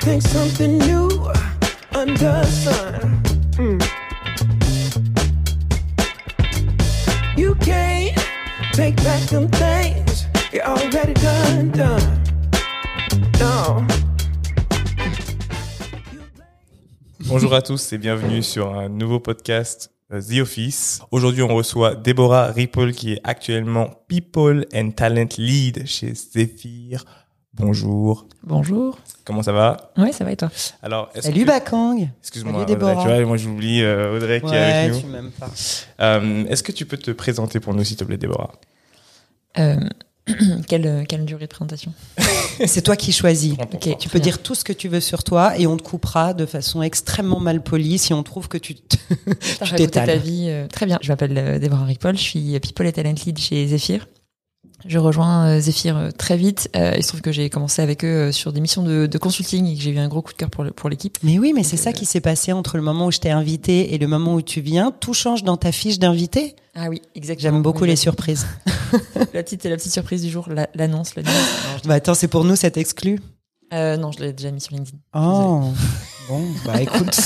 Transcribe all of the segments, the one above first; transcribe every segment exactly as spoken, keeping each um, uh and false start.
think something new under the sun. Mm. You can't take back them things you already done, done. No. Bonjour à tous et bienvenue sur un nouveau podcast The Office. Aujourd'hui, on reçoit Deborah Ripoll qui est actuellement People and Talent Lead chez Zephyr. Bonjour. Bonjour. Comment ça va? Ouais, ça va et toi? Alors, est-ce Salut que... Bakang. Excuse-moi, Salut Audrey, Déborah. tu vois, moi j'oublie euh, Audrey qui ouais, est avec nous. tu m'aimes pas. Euh, est-ce que tu peux te présenter pour nous, s'il te plaît, Déborah? euh, quelle, quelle durée de présentation? C'est toi qui choisis. Okay, tu peux bien. dire tout ce que tu veux sur toi et on te coupera de façon extrêmement mal polie si on trouve que tu, t- T'as tu raconté t'étales. ta vie. Euh, très bien. Je m'appelle euh, Deborah Ripoll. Je suis People and Talent Lead chez Zephyr. Je rejoins euh, Zephyr euh, très vite. Euh, il se trouve que j'ai commencé avec eux euh, sur des missions de, de consulting et que j'ai eu un gros coup de cœur pour, le, pour l'équipe. Mais oui, mais c'est Donc, ça euh, qui s'est passé entre le moment où je t'ai invité et le moment où tu viens. Tout change dans ta fiche d'invité. Ah oui, exactement. J'aime beaucoup Oui, les la- surprises. La petite, la petite surprise du jour, la- l'annonce. La news. Non, je- Bah attends, c'est pour nous cet exclu. euh, non, je l'ai déjà mis sur LinkedIn. Oh, bon, bah écoute.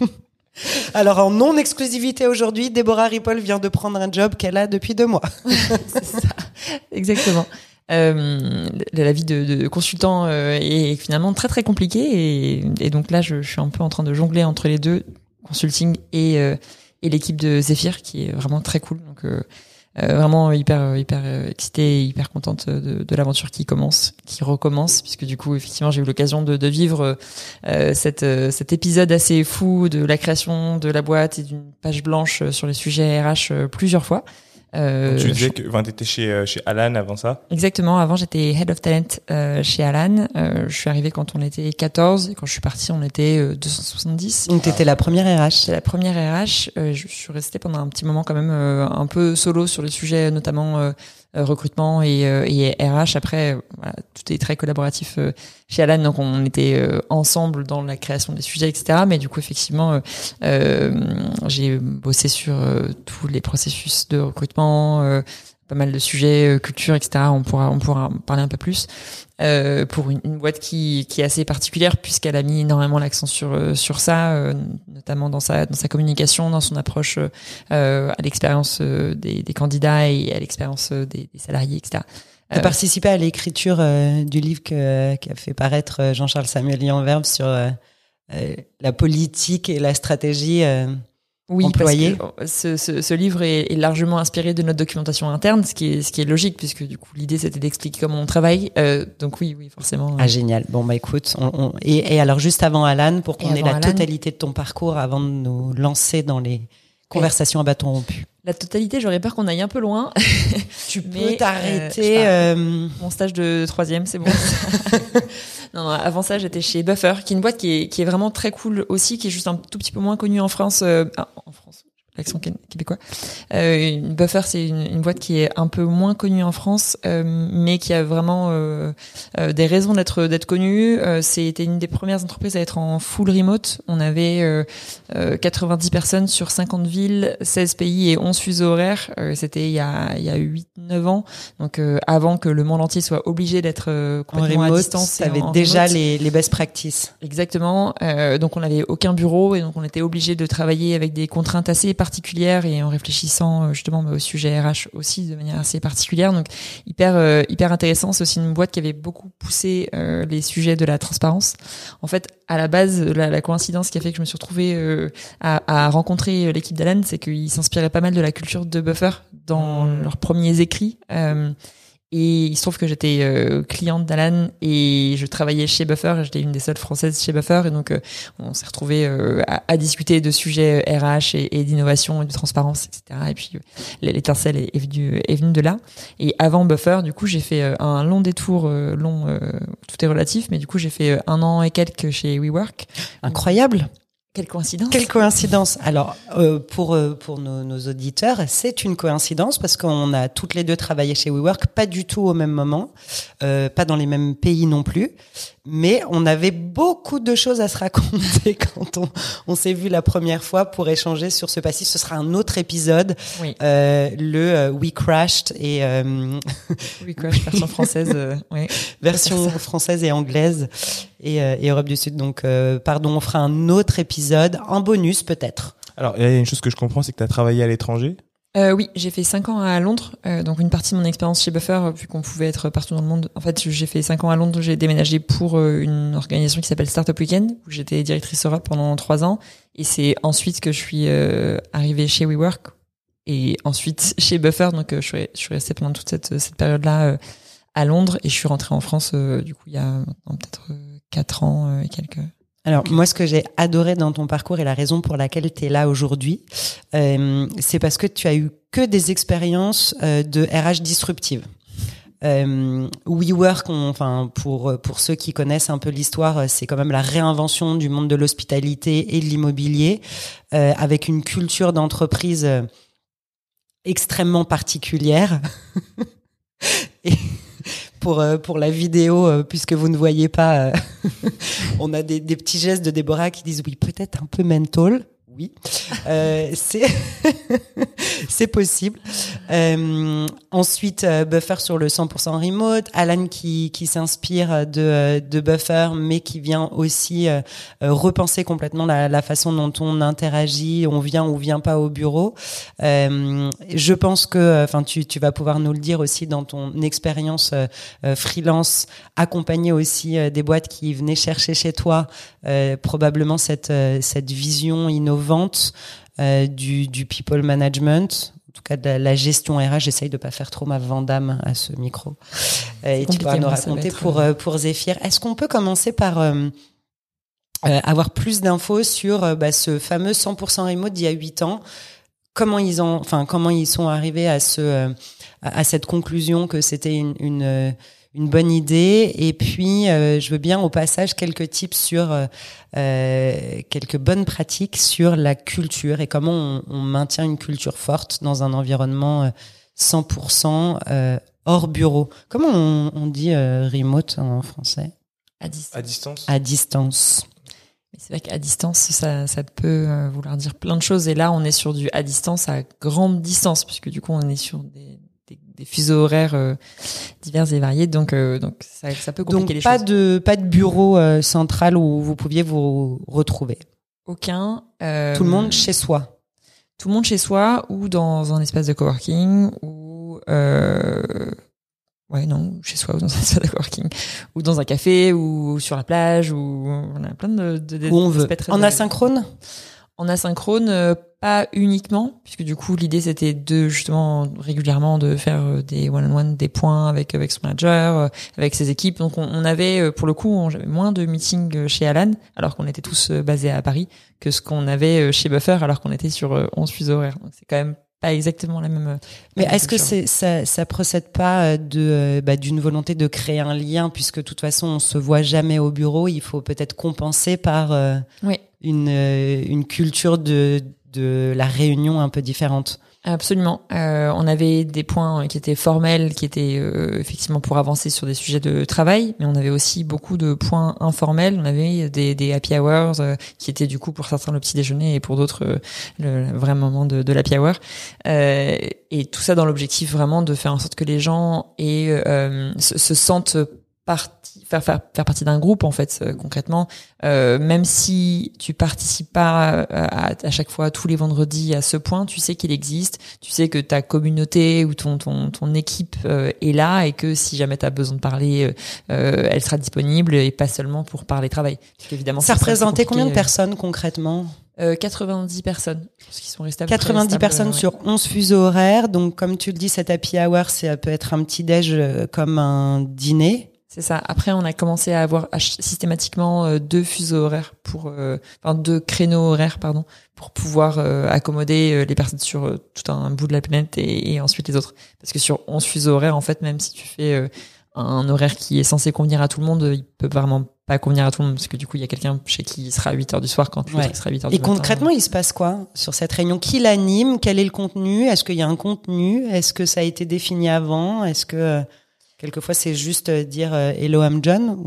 Alors en non-exclusivité aujourd'hui, Deborah Ripoll vient de prendre un job qu'elle a depuis deux mois. C'est ça, exactement. Euh, la vie de, de consultant euh, est finalement très très compliquée et, et donc là je, je suis un peu en train de jongler entre les deux, consulting et, euh, et l'équipe de Zephyr qui est vraiment très cool. Donc euh, euh, vraiment hyper hyper euh, excitée et hyper contente de, de l'aventure qui commence, qui recommence, puisque du coup effectivement j'ai eu l'occasion de, de vivre euh, cette, euh, cet épisode assez fou de la création de la boîte et d'une page blanche sur les sujets R H euh, plusieurs fois. Euh, Donc, tu disais je- que enfin, tu étais chez, euh, chez Alan avant ça. Exactement. Avant, j'étais Head of Talent euh, chez Alan. Euh, je suis arrivée quand on était quatorze et quand je suis partie, on était euh, deux cent soixante-dix. Donc t'étais la première R H. C'est la première R H. Euh, je suis restée pendant un petit moment quand même euh, un peu solo sur les sujets, notamment euh, euh, recrutement et, euh, et R H. Après, euh, voilà, tout est très collaboratif euh, chez Alan, donc on était euh, ensemble dans la création des sujets, et cetera. Mais du coup, effectivement, euh, euh, j'ai bossé sur euh, tous les processus de recrutement, euh, pas mal de sujets, euh, culture, et cetera. On pourra, on pourra en parler un peu plus. Euh, pour une, une boîte qui, qui est assez particulière puisqu'elle a mis énormément l'accent sur euh, sur ça, euh, notamment dans sa dans sa communication, dans son approche euh, à l'expérience euh, des, des candidats et à l'expérience euh, des, des salariés, et cetera. Tu as Euh, participé à l'écriture euh, du livre que, qu'a fait paraître euh, Jean-Charles Samuel Lianverbe sur euh, euh, la politique et la stratégie euh, Oui, employée. parce que ce, ce, ce livre est, est largement inspiré de notre documentation interne, ce qui est, ce qui est logique, puisque du coup l'idée c'était d'expliquer comment on travaille. Euh, donc oui, oui, forcément. Ah génial. Bon bah écoute, on, on, et, et alors juste avant Alan, pour qu'on Et ait avant la Alan. totalité de ton parcours avant de nous lancer dans les conversations à bâton rompu. La totalité, j'aurais peur qu'on aille un peu loin. Tu Mais, peux t'arrêter. euh, je sais pas. euh, Mon stage de troisième, c'est bon. non, non, avant ça, j'étais chez Buffer, qui est une boîte qui est, qui est vraiment très cool aussi, qui est juste un tout petit peu moins connue en France. Euh, ah, en France, l'accent qué- québécois. Euh, une Buffer, c'est une, une boîte qui est un peu moins connue en France, euh, mais qui a vraiment euh, euh, des raisons d'être d'être connue. Euh, c'était une des premières entreprises à être en full remote. On avait euh, euh, quatre-vingt-dix personnes sur cinquante villes, seize pays et onze fuseaux horaires. Euh, c'était il y a il y a huit neuf ans. Donc euh, avant que le monde entier soit obligé d'être euh, en complètement à remote, distance. et t'avais en- en déjà remote. les, les best practices. Exactement. Euh, donc on n'avait aucun bureau et donc on était obligé de travailler avec des contraintes assez particulières et en réfléchissant euh, justement bah, au sujet R H aussi de manière assez particulière. Donc hyper euh, hyper intéressant. C'est aussi une boîte qui avait beaucoup poussé euh, les sujets de la transparence. En fait, à la base, la, la coïncidence qui a fait que je me suis retrouvée euh, à, à rencontrer l'équipe d'Alan, c'est qu'ils s'inspiraient pas mal de la culture de Buffer dans Mmh. leurs premiers écrits. Euh, Et il se trouve que j'étais euh, cliente d'Alan et je travaillais chez Buffer. J'étais une des seules françaises chez Buffer et donc euh, on s'est retrouvés euh, à, à discuter de sujets R H et, et d'innovation et de transparence, et cetera. Et puis euh, l'étincelle est, est venue est venue de là. Et avant Buffer, du coup, j'ai fait euh, un long détour, euh, long, euh, tout est relatif, mais du coup, j'ai fait euh, un an et quelques chez WeWork. Incroyable. Quelle coïncidence. Quelle coïncidence. Alors, euh, pour euh, pour nos, nos auditeurs, c'est une coïncidence parce qu'on a toutes les deux travaillé chez WeWork, pas du tout au même moment, euh, pas dans les mêmes pays non plus, mais on avait beaucoup de choses à se raconter quand on, on s'est vu la première fois pour échanger sur ce passif. Ce sera un autre épisode, Oui. euh, le euh, We Crashed et euh, We Crashed version française. Euh, oui. version française et anglaise et, euh, et Europe du Sud. Donc, euh, pardon, on fera un autre épisode en bonus peut-être. Alors, il y a une chose que je comprends, c'est que tu as travaillé à l'étranger. Euh, oui, j'ai fait cinq ans à Londres, euh, donc une partie de mon expérience chez Buffer, euh, vu qu'on pouvait être partout dans le monde. En fait, j'ai fait cinq ans à Londres, j'ai déménagé pour euh, une organisation qui s'appelle Startup Weekend, où j'étais directrice Europe pendant trois ans. Et c'est ensuite que je suis euh, arrivée chez WeWork et ensuite chez Buffer. Donc, euh, je, suis, je suis restée pendant toute cette, cette période-là euh, à Londres et je suis rentrée en France, euh, du coup, il y a maintenant peut-être euh, quatre ans euh, et quelques... Alors, moi, ce que j'ai adoré dans ton parcours et la raison pour laquelle tu es là aujourd'hui, euh, c'est parce que tu as eu que des expériences euh, de R H disruptives. Euh, WeWork, on, enfin, pour, pour ceux qui connaissent un peu l'histoire, c'est quand même la réinvention du monde de l'hospitalité et de l'immobilier, euh, avec une culture d'entreprise euh, extrêmement particulière. et... Pour, pour la vidéo, puisque vous ne voyez pas, on a des, des petits gestes de Déborah qui disent oui, peut-être un peu mental. Oui, euh, c'est c'est possible. Euh, ensuite, euh, Buffer sur le cent pour cent remote, Alan qui qui s'inspire de de Buffer, mais qui vient aussi euh, repenser complètement la, la façon dont on interagit, on vient ou vient pas au bureau. Euh, je pense que, enfin, tu tu vas pouvoir nous le dire aussi dans ton expérience euh, freelance, accompagner aussi euh, des boîtes qui venaient chercher chez toi euh, probablement cette euh, cette vision innovante. Vente euh, du, du people management, en tout cas de la, la gestion R H. J'essaye de pas faire trop ma Vandame à ce micro. Euh, et tu pourras nous raconter pour euh, pour Zéphyr. Est-ce qu'on peut commencer par euh, euh, avoir plus d'infos sur euh, bah, ce fameux cent pour cent remote d'il y a huit ans? Comment ils ont, enfin comment ils sont arrivés à ce euh, à cette conclusion que c'était une, une une bonne idée, et puis euh, je veux bien au passage quelques tips sur euh, euh, quelques bonnes pratiques sur la culture et comment on, on maintient une culture forte dans un environnement cent pour cent euh, hors bureau. Comment on, on dit euh, remote en français? À distance. À distance. À distance. Mais c'est vrai qu'à distance, ça, ça peut euh, vouloir dire plein de choses. Et là, on est sur du à distance à grande distance, puisque du coup, on est sur des Des, des fuseaux horaires euh, divers et variés, donc euh, donc ça, ça peut compliquer donc, les pas choses. Donc pas de pas de bureau euh, central où vous pouviez vous retrouver. Aucun. Euh, tout le monde chez soi. Tout le monde chez soi ou dans un espace de coworking ou euh, ouais non chez soi ou dans un espace de coworking ou dans un café ou sur la plage ou on a plein de, de, de où on veut. En asynchrone. En asynchrone, euh, pas uniquement, puisque du coup l'idée c'était de justement régulièrement de faire des one-on-one, des points avec avec son manager, euh, avec ses équipes. Donc on, on avait pour le coup, on avait moins de meetings chez Alan, alors qu'on était tous basés à Paris, que ce qu'on avait chez Buffer, alors qu'on était sur onze fuseaux horaires. Donc c'est quand même pas exactement la même. Mais la même est-ce culture. que c'est ça, ça procède pas de bah, d'une volonté de créer un lien, puisque de toute façon on se voit jamais au bureau, il faut peut-être compenser par euh, oui. une euh, une culture de de la réunion un peu différente. Absolument. Euh, on avait des points qui étaient formels, qui étaient euh, effectivement pour avancer sur des sujets de travail, mais on avait aussi beaucoup de points informels. On avait des, des happy hours euh, qui étaient du coup pour certains le petit déjeuner et pour d'autres euh, le, le vrai moment de, de l'happy hour. Euh, et tout ça dans l'objectif vraiment de faire en sorte que les gens aient, euh, se, se sentent partie, faire, faire, faire partie d'un groupe en fait euh, concrètement, euh, même si tu participes pas à, à, à chaque fois tous les vendredis à ce point, tu sais qu'il existe, tu sais que ta communauté ou ton ton ton équipe euh, est là et que si jamais tu as besoin de parler, euh, elle sera disponible et pas seulement pour parler travail. Parce qu'évidemment, ça représentait combien de personnes concrètement? Euh, quatre-vingt-dix personnes, parce qu'ils sont restés à quatre-vingt-dix stable, personnes ouais. Sur onze fuseaux horaires. Donc, comme tu le dis, cet happy hour, ça peut être un petit déj comme un dîner. C'est ça. Après, on a commencé à avoir systématiquement euh, deux fuseaux horaires pour, euh, enfin deux créneaux horaires, pardon, pour pouvoir euh, accommoder euh, les personnes sur euh, tout un bout de la planète et, et ensuite les autres. Parce que sur onze fuseaux horaires, en fait, même si tu fais euh, un horaire qui est censé convenir à tout le monde, il peut vraiment pas convenir à tout le monde parce que du coup, il y a quelqu'un chez qui il sera à huit heures du soir quand l'autre ouais. sera à huit heures du et matin. Et concrètement, il se passe quoi sur cette réunion? Qui l'anime? Quel est le contenu? Est-ce qu'il y a un contenu? Est-ce que ça a été défini avant? Est-ce que Quelquefois, c'est juste dire euh, « Hello, I'm John » ou...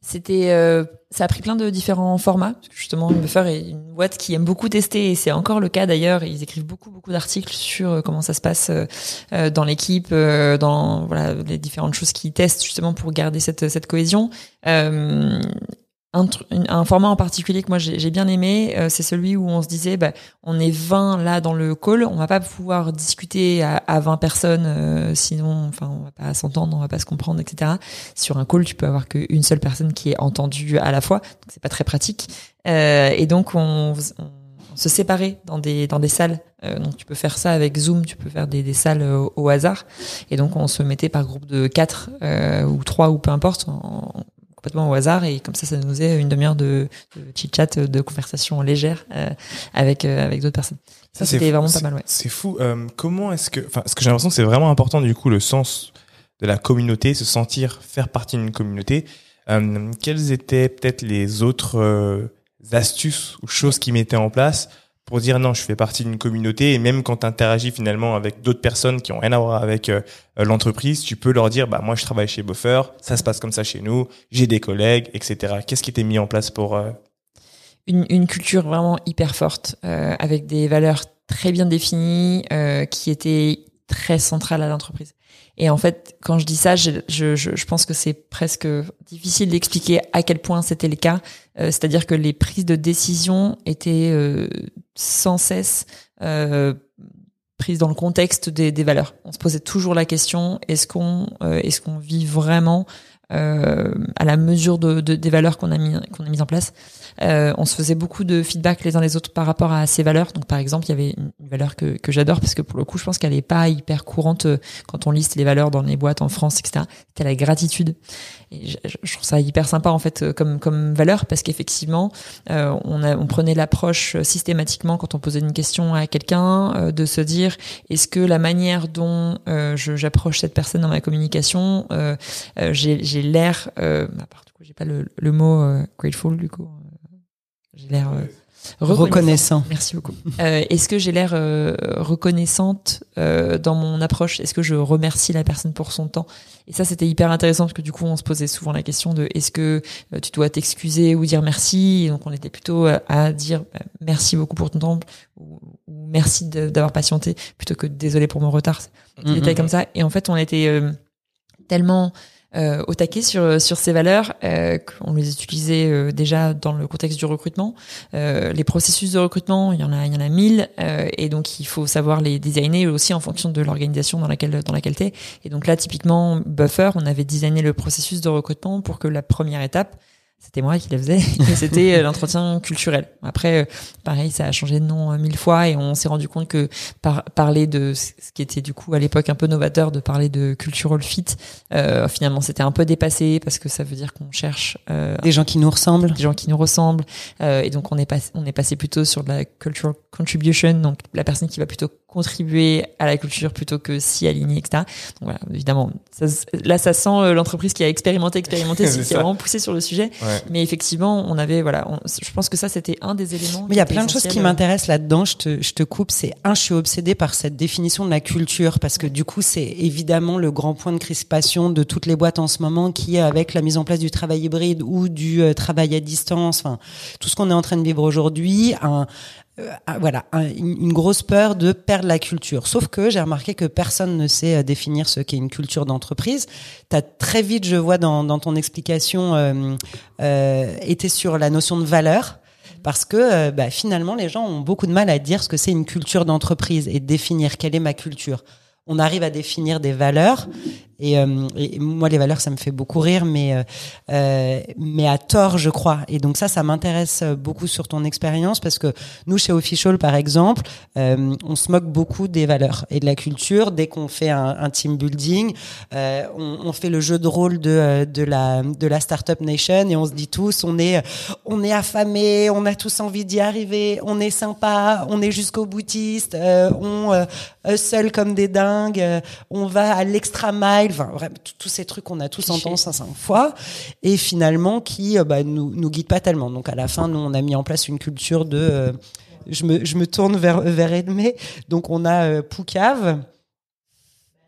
C'était, euh, ça a pris plein de différents formats. Parce que justement, Buffer est une boîte qui aime beaucoup tester, et c'est encore le cas d'ailleurs. Ils écrivent beaucoup, beaucoup d'articles sur comment ça se passe euh, dans l'équipe, euh, dans voilà les différentes choses qu'ils testent justement pour garder cette cette cohésion. Euh, Un, un format en particulier que moi j'ai, j'ai bien aimé, euh, c'est celui où on se disait, bah, on est vingt là dans le call, on va pas pouvoir discuter à, à vingt personnes, euh, sinon, enfin, on va pas s'entendre, on va pas se comprendre, et cetera. Sur un call, tu peux avoir qu'une seule personne qui est entendue à la fois, donc c'est pas très pratique. Euh, et donc on, on, on se séparait dans des dans des salles. Euh, donc tu peux faire ça avec Zoom, tu peux faire des, des salles au, au hasard. Et donc on se mettait par groupe de quatre euh, ou trois ou peu importe. En, complètement au hasard, et comme ça ça nous faisait une demi-heure de, de chit-chat, de conversation légère euh, avec euh, avec d'autres personnes. Ça, ça c'était fou, vraiment c'est, pas mal, ouais. C'est fou. Euh, comment est-ce que, enfin, ce que j'ai l'impression que c'est vraiment important du coup le sens de la communauté, se sentir faire partie d'une communauté. Euh, quelles étaient peut-être les autres euh, astuces ou choses qu'ils mettaient en place pour dire non, je fais partie d'une communauté, et même quand tu interagis finalement avec d'autres personnes qui ont rien à voir avec euh, l'entreprise, tu peux leur dire bah moi je travaille chez Buffer, ça se passe comme ça chez nous, j'ai des collègues, et cetera. Qu'est-ce qui était mis en place pour euh... une, une culture vraiment hyper forte, euh, avec des valeurs très bien définies, euh, qui étaient très centrales à l'entreprise. Et en fait, quand je dis ça, je, je, je pense que c'est presque difficile d'expliquer à quel point c'était le cas. Euh, c'est-à-dire que les prises de décision étaient euh, sans cesse euh, prises dans le contexte des, des valeurs. On se posait toujours la question, est-ce qu'on euh, est-ce qu'on vit vraiment euh, à la mesure de, de, des valeurs qu'on a mis qu'on a mis en place. Euh, on se faisait beaucoup de feedback les uns les autres par rapport à ces valeurs. Donc par exemple, il y avait une, une valeur que, que j'adore, parce que pour le coup, je pense qu'elle est pas hyper courante quand on liste les valeurs dans les boîtes en France, et cetera. C'était la gratitude. Et je, je trouve ça hyper sympa en fait comme comme valeur, parce qu'effectivement, euh, on, a, on prenait l'approche systématiquement quand on posait une question à quelqu'un, euh, de se dire est-ce que la manière dont euh, je, j'approche cette personne dans ma communication, euh, euh, j'ai, j'ai l'air, euh, bah, du coup, j'ai pas le, le mot euh, grateful du coup. J'ai l'air euh, reconnaissant. reconnaissant. Merci beaucoup. Euh, est-ce que j'ai l'air euh, reconnaissante euh, dans mon approche ? Est-ce que je remercie la personne pour son temps ? Et ça, c'était hyper intéressant, parce que du coup, on se posait souvent la question de est-ce que euh, tu dois t'excuser ou dire merci ? Et donc, on était plutôt à, à dire bah, merci beaucoup pour ton temps, ou, ou merci de, d'avoir patienté, plutôt que désolé pour mon retard. Des mm-hmm. détails comme ça. Et en fait, on était euh, tellement Euh, au taquet sur sur ces valeurs, euh, qu'on les utilisait euh, déjà dans le contexte du recrutement. Euh, les processus de recrutement, il y en a il y en a mille, euh, et donc il faut savoir les designer aussi en fonction de l'organisation dans laquelle dans laquelle t'es. Et donc là, typiquement Buffer, on avait designé le processus de recrutement pour que la première étape, c'était moi qui la faisais, et c'était l'entretien culturel. Après, pareil, ça a changé de nom mille fois, et on s'est rendu compte que par, parler de ce qui était du coup à l'époque un peu novateur, de parler de cultural fit, euh, finalement c'était un peu dépassé, parce que ça veut dire qu'on cherche euh, des gens qui nous ressemblent, des gens qui nous ressemblent, euh, et donc on est passé, on est passé plutôt sur de la cultural contribution, donc la personne qui va plutôt contribuer à la culture plutôt que s'y aligner, et cetera. Donc voilà, évidemment, ça, là ça sent l'entreprise qui a expérimenté, expérimenté, qui a vraiment poussé sur le sujet. Ouais. Mais effectivement, on avait, voilà, on, je pense que ça, c'était un des éléments. Mais il y a plein de choses qui m'intéressent là-dedans. Je te, je te coupe. C'est un, je suis obsédée par cette définition de la culture, parce que du coup, c'est évidemment le grand point de crispation de toutes les boîtes en ce moment, qui est avec la mise en place du travail hybride ou du euh, travail à distance. Enfin, tout ce qu'on est en train de vivre aujourd'hui, un, Euh, voilà, un, une grosse peur de perdre la culture. Sauf que j'ai remarqué que personne ne sait définir ce qu'est une culture d'entreprise. T'as très vite, je vois dans, dans ton explication, euh, euh, été sur la notion de valeur. Parce que euh, bah, finalement, les gens ont beaucoup de mal à dire ce que c'est une culture d'entreprise et définir quelle est ma culture. On arrive à définir des valeurs, et, euh, et moi les valeurs ça me fait beaucoup rire, mais euh, mais à tort je crois. Et donc ça ça m'intéresse beaucoup sur ton expérience, parce que nous chez Official par exemple, euh, on se moque beaucoup des valeurs et de la culture dès qu'on fait un, un team building. Euh, on, on fait le jeu de rôle de de la de la startup nation, et on se dit tous on est on est affamés, on a tous envie d'y arriver, on est sympa, on est jusqu'au boutiste, euh, on euh, hustle comme des dingues, euh, on va à l'extra mile. Enfin, vraiment, tous ces trucs qu'on a tous entendus cinq cents fois, et finalement qui euh, bah, nous nous guident pas tellement. Donc à la fin, nous on a mis en place une culture de, euh, je me je me tourne vers vers Edmé. Donc on a euh, Poucave.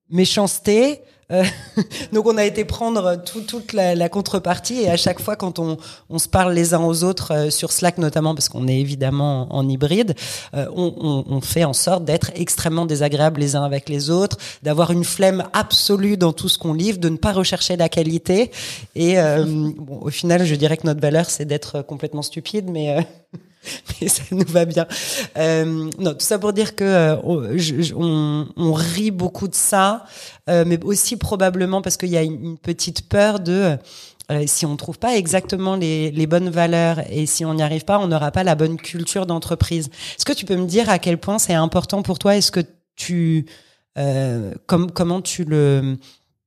méchanceté. Euh, donc on a été prendre tout, toute la, la contrepartie et à chaque fois quand on, on se parle les uns aux autres euh, sur Slack notamment parce qu'on est évidemment en, en hybride, euh, on, on, on fait en sorte d'être extrêmement désagréables les uns avec les autres, d'avoir une flemme absolue dans tout ce qu'on livre, de ne pas rechercher la qualité et euh, bon, au final je dirais que notre valeur c'est d'être complètement stupide mais... Euh mais ça nous va bien. Euh, non, tout ça pour dire que euh, on, je, on, on rit beaucoup de ça, euh, mais aussi probablement parce qu'il y a une, une petite peur de euh, si on trouve pas exactement les, les bonnes valeurs et si on n'y arrive pas, on n'aura pas la bonne culture d'entreprise. Est-ce que tu peux me dire à quel point c'est important pour toi? Est-ce que tu euh, com- comment tu le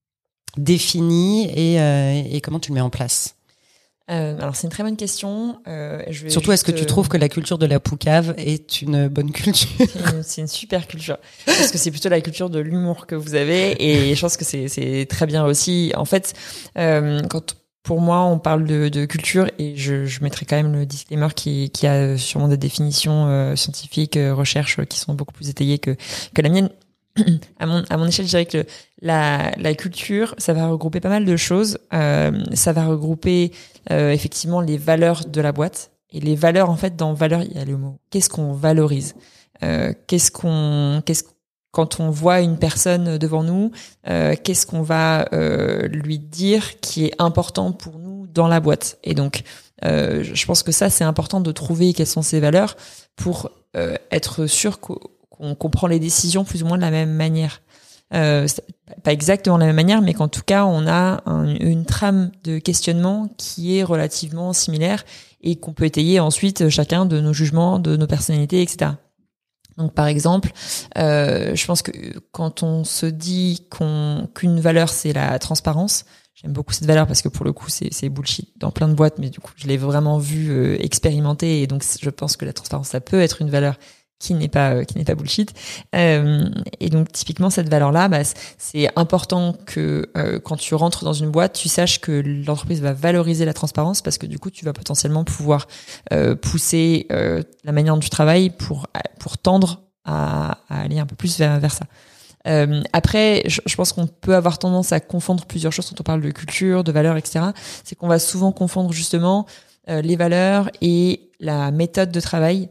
définis et, euh, et comment tu le mets en place? Euh, alors c'est une très bonne question. Euh, je vais Surtout, est-ce que juste, tu trouves que la culture de la poucave est une bonne culture? C'est une, c'est une super culture. Parce que c'est plutôt la culture de l'humour que vous avez et je pense que c'est, c'est très bien aussi. En fait, euh, quand pour moi on parle de, de culture et je, je mettrai quand même le disclaimer qui, qui a sûrement des définitions euh, scientifiques, euh, recherches euh, qui sont beaucoup plus étayées que, que la mienne. À mon, à mon échelle, je dirais que le, la, la culture, ça va regrouper pas mal de choses. Euh, ça va regrouper euh, effectivement les valeurs de la boîte. Et les valeurs, en fait, dans valeur, il y a le mot. Qu'est-ce qu'on valorise euh, Qu'est-ce qu'on, qu'est-ce quand on voit une personne devant nous, euh, qu'est-ce qu'on va euh, lui dire qui est important pour nous dans la boîte. Et donc, euh, je pense que ça, c'est important de trouver quelles sont ces valeurs pour euh, être sûr qu'on on comprend les décisions plus ou moins de la même manière. Euh, pas exactement de la même manière, mais qu'en tout cas, on a un, une trame de questionnement qui est relativement similaire et qu'on peut étayer ensuite chacun de nos jugements, de nos personnalités, et cetera. Donc, par exemple, euh, je pense que quand on se dit qu'on, qu'une valeur, c'est la transparence, j'aime beaucoup cette valeur parce que pour le coup, c'est, c'est bullshit dans plein de boîtes, mais du coup, je l'ai vraiment vu euh, expérimenter et donc je pense que la transparence, ça peut être une valeur qui n'est pas euh, qui n'est pas bullshit euh, et donc typiquement cette valeur là bah, c'est important que euh, quand tu rentres dans une boîte tu saches que l'entreprise va valoriser la transparence parce que du coup tu vas potentiellement pouvoir euh, pousser euh, la manière dont tu travailles pour pour tendre à, à aller un peu plus vers, vers ça. Euh, après, je, je pense qu'on peut avoir tendance à confondre plusieurs choses quand on parle de culture, de valeurs, et cetera. C'est qu'on va souvent confondre justement euh, les valeurs et la méthode de travail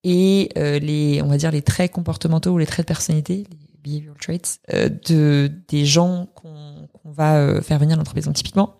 et euh, les, on va dire les traits comportementaux ou les traits de personnalité, les behavioral traits euh, de des gens qu'on, qu'on va euh, faire venir à l'entreprise. Donc typiquement,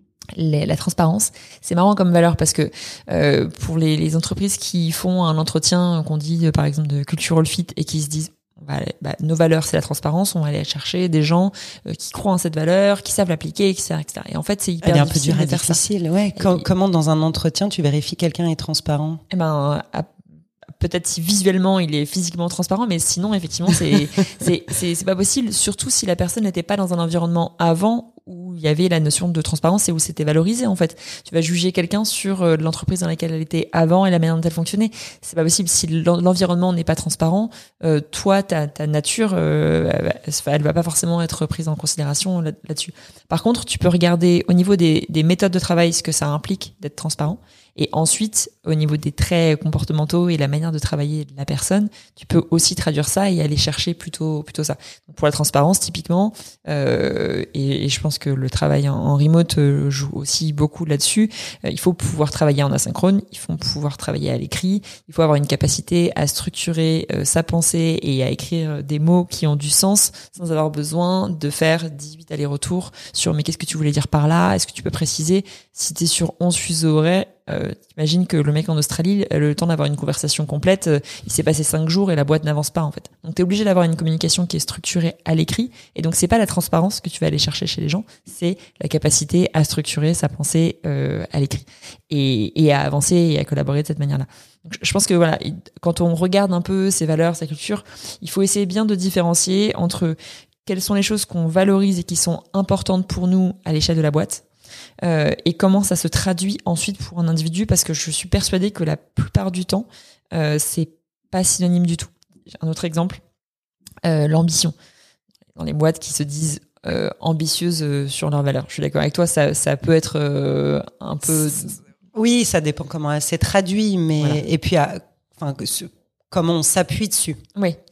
les, la transparence, c'est marrant comme valeur parce que euh, pour les, les entreprises qui font un entretien qu'on dit euh, par exemple de cultural fit et qui se disent bah, bah, nos valeurs c'est la transparence, on va aller chercher des gens euh, qui croient en cette valeur, qui savent l'appliquer, et cetera, et cetera. Et en fait c'est hyper Elle est un difficile peu dur de faire difficile, ça. ouais. Com- et, comment dans un entretien tu vérifies quelqu'un est transparent? Eh ben à, peut-être si visuellement il est physiquement transparent, mais sinon effectivement c'est c'est c'est c'est pas possible. Surtout si la personne n'était pas dans un environnement avant où il y avait la notion de transparence et où c'était valorisé en fait. Tu vas juger quelqu'un sur euh, l'entreprise dans laquelle elle était avant et la manière dont elle fonctionnait. C'est pas possible si l'environnement n'est pas transparent. Euh, toi, ta ta nature, euh, elle va pas forcément être prise en considération là, là-dessus. Par contre, tu peux regarder au niveau des des méthodes de travail ce que ça implique d'être transparent. Et ensuite, au niveau des traits comportementaux et la manière de travailler de la personne, tu peux aussi traduire ça et aller chercher plutôt plutôt ça. Donc pour la transparence, typiquement, euh, et, et je pense que le travail en, en remote euh, joue aussi beaucoup là-dessus. Euh, il faut pouvoir travailler en asynchrone, il faut pouvoir travailler à l'écrit, il faut avoir une capacité à structurer euh, sa pensée et à écrire des mots qui ont du sens sans avoir besoin de faire dix-huit allers-retours sur mais qu'est-ce que tu voulais dire par là ? Est-ce que tu peux préciser ? Si t'es sur onze fuseaux horaires, Euh, t'imagines que le mec en Australie, le temps d'avoir une conversation complète, euh, il s'est passé cinq jours et la boîte n'avance pas en fait. Donc t'es obligé d'avoir une communication qui est structurée à l'écrit. Et donc c'est pas la transparence que tu vas aller chercher chez les gens, c'est la capacité à structurer sa pensée euh, à l'écrit et, et à avancer et à collaborer de cette manière-là. Donc je pense que voilà, quand on regarde un peu ses valeurs, sa culture, il faut essayer bien de différencier entre quelles sont les choses qu'on valorise et qui sont importantes pour nous à l'échelle de la boîte. Euh, et comment ça se traduit ensuite pour un individu, parce que je suis persuadée que la plupart du temps euh, c'est pas synonyme du tout. Un autre exemple, euh, l'ambition. Dans les boîtes qui se disent euh, ambitieuses euh, sur leurs valeurs, je suis d'accord avec toi, ça, ça peut être euh, un peu... Oui, ça dépend comment c'est traduit, mais voilà. Et puis à, enfin, comment on s'appuie dessus. Oui.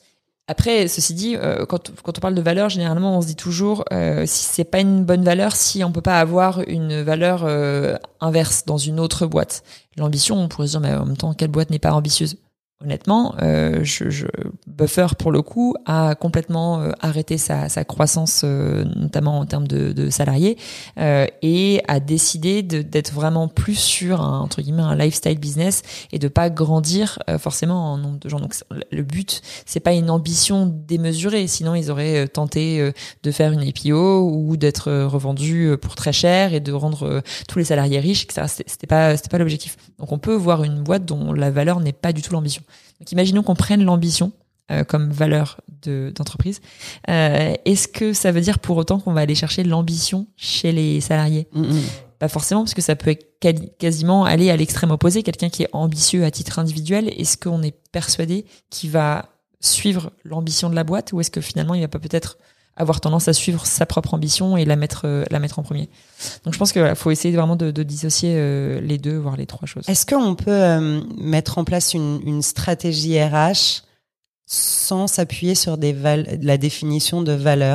Après, ceci dit, euh, quand, quand on parle de valeur, généralement, on se dit toujours euh, si c'est pas une bonne valeur, si on peut pas avoir une valeur euh, inverse dans une autre boîte. L'ambition, on pourrait se dire, mais en même temps, quelle boîte n'est pas ambitieuse ? Honnêtement, euh, je, je, Buffer, pour le coup, a complètement euh, arrêté sa, sa croissance, euh, notamment en termes de, de salariés, euh, et a décidé de, d'être vraiment plus sur un, entre guillemets, un lifestyle business et de pas grandir euh, forcément en nombre de gens. Donc, le but, c'est pas une ambition démesurée. Sinon, ils auraient tenté euh, de faire une I P O ou d'être euh, revendus pour très cher et de rendre euh, tous les salariés riches, et cetera. C'était, c'était pas, c'était pas l'objectif. Donc, on peut voir une boîte dont la valeur n'est pas du tout l'ambition. Donc, imaginons qu'on prenne l'ambition euh, comme valeur de, d'entreprise. Euh, est-ce que ça veut dire pour autant qu'on va aller chercher l'ambition chez les salariés ? Mmh. Pas forcément, parce que ça peut être quali- quasiment aller à l'extrême opposé. Quelqu'un qui est ambitieux à titre individuel, est-ce qu'on est persuadé qu'il va suivre l'ambition de la boîte, ou est-ce que finalement il va pas peut-être avoir tendance à suivre sa propre ambition et la mettre euh, la mettre en premier. Donc je pense que voilà, faut essayer vraiment de, de dissocier euh, les deux, voire les trois choses. Est-ce qu'on peut euh, mettre en place une, une stratégie R H sans s'appuyer sur des val- la définition de valeurs ?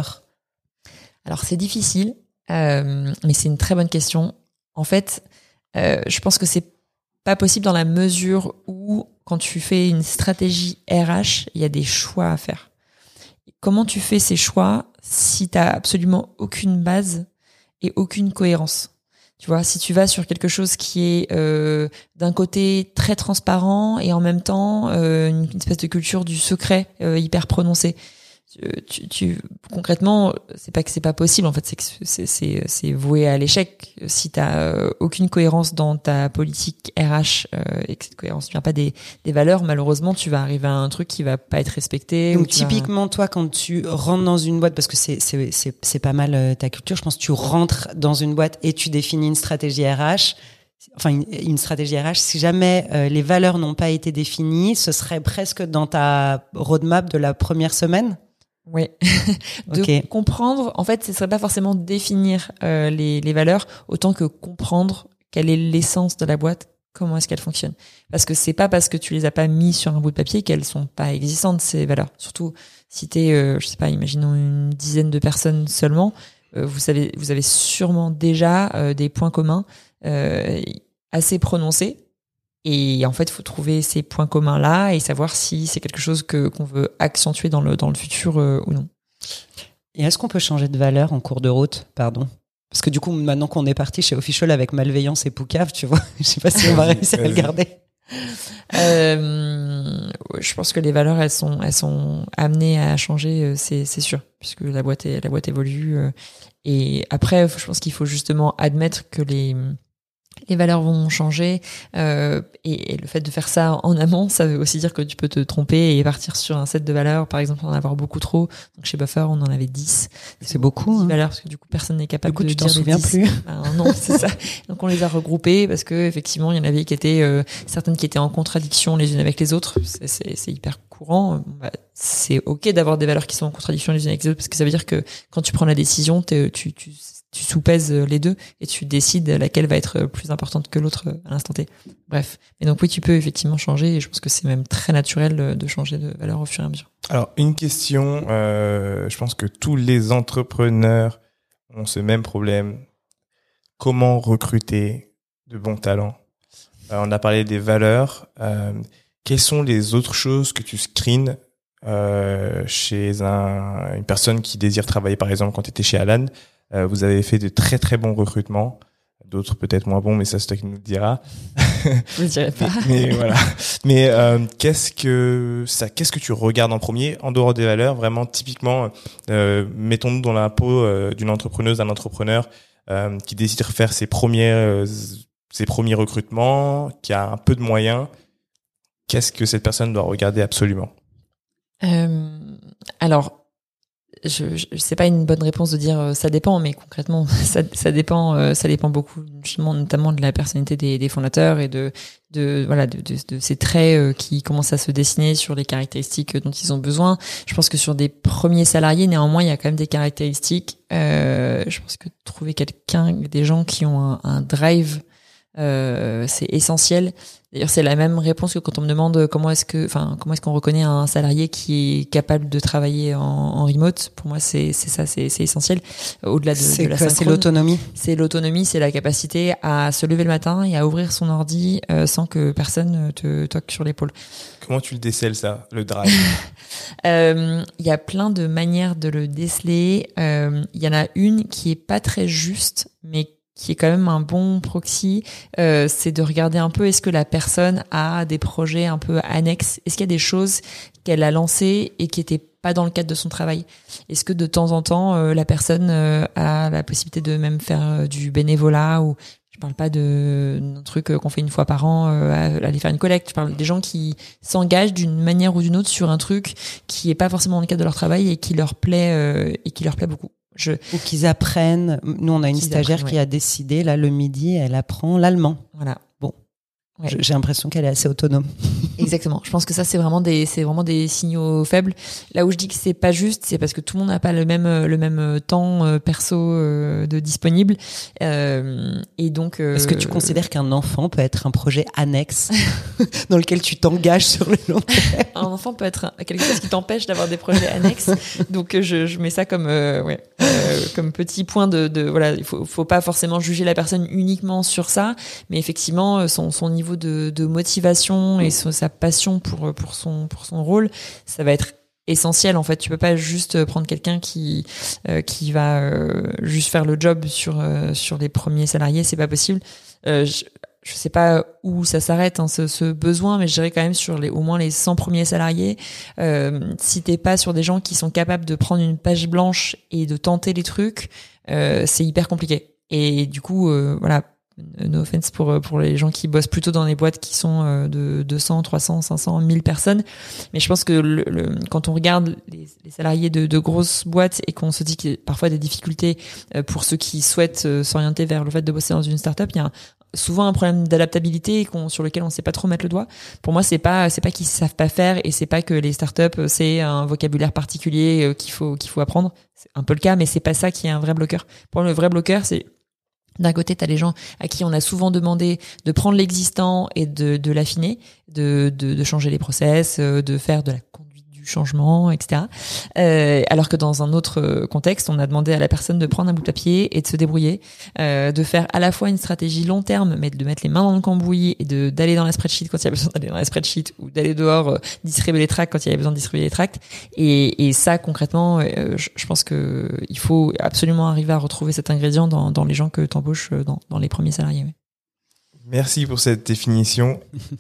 Alors c'est difficile, euh, mais c'est une très bonne question. En fait, euh, je pense que c'est pas possible dans la mesure où quand tu fais une stratégie R H, il y a des choix à faire. Comment tu fais ces choix si t'as absolument aucune base et aucune cohérence? Tu vois, si tu vas sur quelque chose qui est euh, d'un côté très transparent et en même temps euh, une espèce de culture du secret euh, hyper prononcée, tu, tu concrètement, c'est pas que c'est pas possible, en fait, c'est que c'est c'est c'est voué à l'échec si t'as euh, aucune cohérence dans ta politique R H euh, et que cette cohérence ne vient pas des des valeurs. Malheureusement, tu vas arriver à un truc qui va pas être respecté. Donc ou tu typiquement, vas... toi, quand tu rentres dans une boîte, parce que c'est c'est c'est c'est pas mal euh, ta culture, je pense que tu rentres dans une boîte et tu définis une stratégie R H. Enfin, une, une stratégie R H. Si jamais euh, les valeurs n'ont pas été définies, ce serait presque dans ta roadmap de la première semaine. Oui, de Okay. comprendre. En fait, ce serait pas forcément définir euh, les, les valeurs, autant que comprendre quelle est l'essence de la boîte, comment est-ce qu'elle fonctionne. Parce que c'est pas parce que tu les as pas mis sur un bout de papier qu'elles sont pas existantes, ces valeurs. Surtout si t'es, euh, je sais pas, imaginons une dizaine de personnes seulement, euh, vous savez, vous avez sûrement déjà euh, des points communs euh, assez prononcés. Et en fait, il faut trouver ces points communs-là et savoir si c'est quelque chose que qu'on veut accentuer dans le dans le futur euh, ou non. Et est-ce qu'on peut changer de valeur en cours de route, pardon ? Parce que du coup, maintenant qu'on est parti chez Official avec Malveillance et Poucave, tu vois, je sais pas si on va réussir à le garder. Euh, je pense que les valeurs, elles sont elles sont amenées à changer, c'est c'est sûr, puisque la boîte est, la boîte évolue. Euh, et après, je pense qu'il faut justement admettre que les les valeurs vont changer euh, et, et le fait de faire ça en amont, ça veut aussi dire que tu peux te tromper et partir sur un set de valeurs, par exemple en avoir beaucoup trop. Donc chez Buffer, on en avait dix. C'est beaucoup, dix hein. valeurs, parce que du coup personne n'est capable Du coup, de tu t'en dire les souviens dix. plus. Ben, non, c'est ça. Donc on les a regroupées parce que effectivement, il y en avait qui étaient euh, certaines qui étaient en contradiction les unes avec les autres. C'est, c'est, c'est hyper courant. Bah, c'est ok d'avoir des valeurs qui sont en contradiction les unes avec les autres parce que ça veut dire que quand tu prends la décision, tu tu tu sous-pèses les deux et tu décides laquelle va être plus importante que l'autre à l'instant T. Bref. Mais donc oui, tu peux effectivement changer et je pense que c'est même très naturel de changer de valeur au fur et à mesure. Alors, une question, euh, je pense que tous les entrepreneurs ont ce même problème. Comment recruter de bons talents ? euh, On a parlé des valeurs. Euh, quelles sont les autres choses que tu screens euh, chez un, une personne qui désire travailler, par exemple, quand tu étais chez Alan ? Euh, vous avez fait de très très bons recrutements, d'autres peut-être moins bons, mais ça c'est toi qui nous le diras. Je ne dirais pas. mais, mais voilà. Mais euh, qu'est-ce que ça, qu'est-ce que tu regardes en premier en dehors des valeurs, vraiment typiquement, euh, mettons-nous dans la peau euh, d'une entrepreneuse, d'un entrepreneur euh, qui décide de faire ses premiers euh, ses premiers recrutements, qui a un peu de moyens. Qu'est-ce que cette personne doit regarder absolument ? euh, Alors. Je, je c'est pas une bonne réponse de dire euh, ça dépend, mais concrètement ça ça dépend euh, ça dépend beaucoup justement notamment de la personnalité des, des fondateurs et de de voilà de, de, de ces traits euh, qui commencent à se dessiner sur les caractéristiques dont ils ont besoin. Je pense que sur des premiers salariés néanmoins il y a quand même des caractéristiques. Euh, je pense que trouver quelqu'un, des gens qui ont un, un drive Euh, c'est essentiel. D'ailleurs, c'est la même réponse que quand on me demande comment est-ce que, enfin, comment est-ce qu'on reconnaît un salarié qui est capable de travailler en, en remote. Pour moi, c'est, c'est ça, c'est, c'est essentiel. Au-delà de, c'est de la quoi, synchrone. C'est l'autonomie. C'est l'autonomie, c'est la capacité à se lever le matin et à ouvrir son ordi euh, sans que personne te toque sur l'épaule. Comment tu le décèles, ça, le drive? Euh, il y a plein de manières de le déceler. Euh, il y en a une qui est pas très juste, mais qui est quand même un bon proxy, euh, c'est de regarder un peu est-ce que la personne a des projets un peu annexes, est-ce qu'il y a des choses qu'elle a lancées et qui étaient pas dans le cadre de son travail. Est-ce que de temps en temps euh, la personne euh, a la possibilité de même faire euh, du bénévolat, ou je parle pas de d'un truc qu'on fait une fois par an, euh, aller faire une collecte, je parle des gens qui s'engagent d'une manière ou d'une autre sur un truc qui est pas forcément dans le cadre de leur travail et qui leur plaît euh, et qui leur plaît beaucoup. Je... Ou qu'ils apprennent. Nous, on a une qu'ils stagiaire apprennent, qui ouais. a décidé, là, le midi, elle apprend l'allemand. Voilà. Bon. Ouais. J'ai l'impression qu'elle est assez autonome. Exactement. Je pense que ça, c'est vraiment des, c'est vraiment des signaux faibles. Là où je dis que c'est pas juste, c'est parce que tout le monde n'a pas le même, le même temps euh, perso euh, de disponible. Euh, et donc. Euh, Est-ce que tu considères qu'un enfant peut être un projet annexe dans lequel tu t'engages sur le long terme? Un enfant peut être quelque chose qui t'empêche d'avoir des projets annexes. Donc je, je mets ça comme, euh, ouais, euh, comme petit point de, de voilà. Il faut, faut pas forcément juger la personne uniquement sur ça, mais effectivement son, son niveau de, de motivation et son, sa passion pour pour son pour son rôle, ça va être essentiel. En fait, tu peux pas juste prendre quelqu'un qui euh, qui va euh, juste faire le job sur euh, sur les premiers salariés, c'est pas possible. Euh, je, je sais pas où ça s'arrête, hein, ce, ce besoin, mais je dirais quand même sur les au moins les cent premiers salariés. Euh, si t'es pas sur des gens qui sont capables de prendre une page blanche et de tenter les trucs, euh, c'est hyper compliqué. Et du coup, euh, voilà. No offense pour pour les gens qui bossent plutôt dans les boîtes qui sont de deux cents, trois cents, cinq cents, mille personnes. Mais je pense que le, le, quand on regarde les, les salariés de, de grosses boîtes et qu'on se dit qu'il y a parfois des difficultés pour ceux qui souhaitent s'orienter vers le fait de bosser dans une start-up, il y a un, souvent un problème d'adaptabilité qu'on, sur lequel on sait pas trop mettre le doigt. Pour moi, c'est pas c'est pas qu'ils savent pas faire et c'est pas que les startups c'est un vocabulaire particulier qu'il faut qu'il faut apprendre. C'est un peu le cas, mais c'est pas ça qui est un vrai bloqueur. Pour moi, le vrai bloqueur, c'est d'un côté, tu as les gens à qui on a souvent demandé de prendre l'existant et de, de l'affiner, de, de, de changer les process, de faire de la conduite du changement, et cetera. Euh, alors que dans un autre contexte, on a demandé à la personne de prendre un bout de papier et de se débrouiller, euh, de faire à la fois une stratégie long terme, mais de mettre les mains dans le cambouis et de d'aller dans la spreadsheet quand il y a besoin d'aller dans la spreadsheet, ou d'aller dehors euh, distribuer les tracts quand il y a besoin de distribuer les tracts. Et, et ça, concrètement, euh, je, je pense que il faut absolument arriver à retrouver cet ingrédient dans, dans les gens que t'embauches dans, dans les premiers salariés. Ouais. Merci pour cette définition.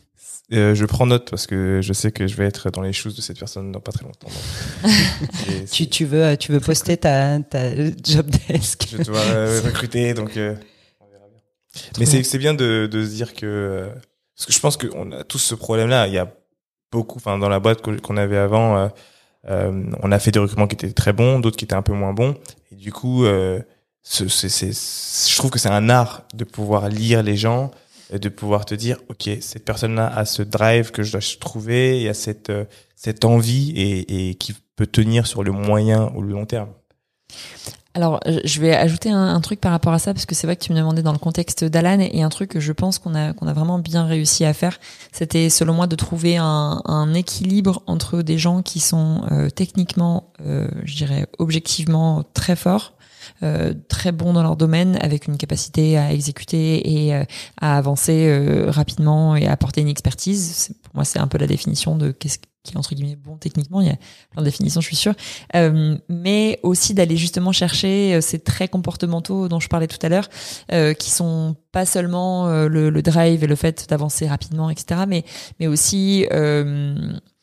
Euh, je prends note parce que je sais que je vais être dans les choses de cette personne dans pas très longtemps. Donc, c'est, c'est... Tu, tu veux, tu veux poster ta, ta job desk. Je dois euh, recruter, donc euh, on verra bien. Mais c'est, c'est bien de, de se dire que, euh, parce que je pense qu'on a tous ce problème-là. Il y a beaucoup, enfin, dans la boîte qu'on avait avant, euh, euh, on a fait des recrutements qui étaient très bons, d'autres qui étaient un peu moins bons. Et du coup, euh, c'est, c'est, c'est, je trouve que c'est un art de pouvoir lire les gens, de pouvoir te dire, ok, cette personne-là a ce drive que je dois trouver, il y a cette euh, cette envie et, et qui peut tenir sur le moyen ou le long terme. Alors, je vais ajouter un, un truc par rapport à ça, parce que c'est vrai que tu me demandais dans le contexte d'Alan, et un truc que je pense qu'on a qu'on a vraiment bien réussi à faire, c'était selon moi de trouver un, un équilibre entre des gens qui sont euh, techniquement, euh, je dirais objectivement très forts, Euh, très bons dans leur domaine, avec une capacité à exécuter et euh, à avancer euh, rapidement et à apporter une expertise. C'est, pour moi, c'est un peu la définition de qu'est-ce qui est entre guillemets bon techniquement. Il y a plein de définitions, je suis sûre. Euh, mais aussi d'aller justement chercher euh, ces traits comportementaux dont je parlais tout à l'heure, euh, qui sont pas seulement euh, le, le drive et le fait d'avancer rapidement, et cetera, mais mais aussi euh,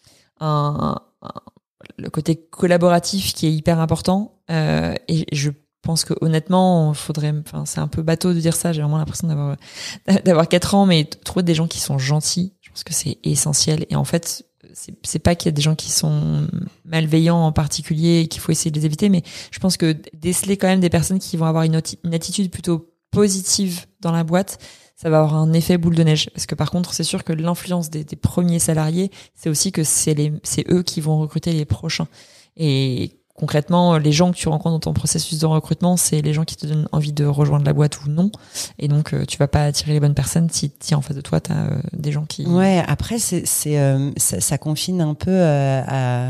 un, un, le côté collaboratif qui est hyper important. Euh, et je Je pense que honnêtement, faudrait, enfin, c'est un peu bateau de dire ça. J'ai vraiment l'impression d'avoir d'avoir quatre ans, mais trouver des gens qui sont gentils, je pense que c'est essentiel. Et en fait, c'est, c'est pas qu'il y a des gens qui sont malveillants en particulier et qu'il faut essayer de les éviter, mais je pense que déceler quand même des personnes qui vont avoir une, une attitude plutôt positive dans la boîte, ça va avoir un effet boule de neige. Parce que par contre, c'est sûr que l'influence des, des premiers salariés, c'est aussi que c'est les, c'est eux qui vont recruter les prochains. Et concrètement, les gens que tu rencontres dans ton processus de recrutement, c'est les gens qui te donnent envie de rejoindre la boîte ou non. Et donc, euh, tu vas pas attirer les bonnes personnes si, si en face de toi, tu as euh, des gens qui... Ouais, après, c'est, c'est, euh, ça, ça confine un peu euh, à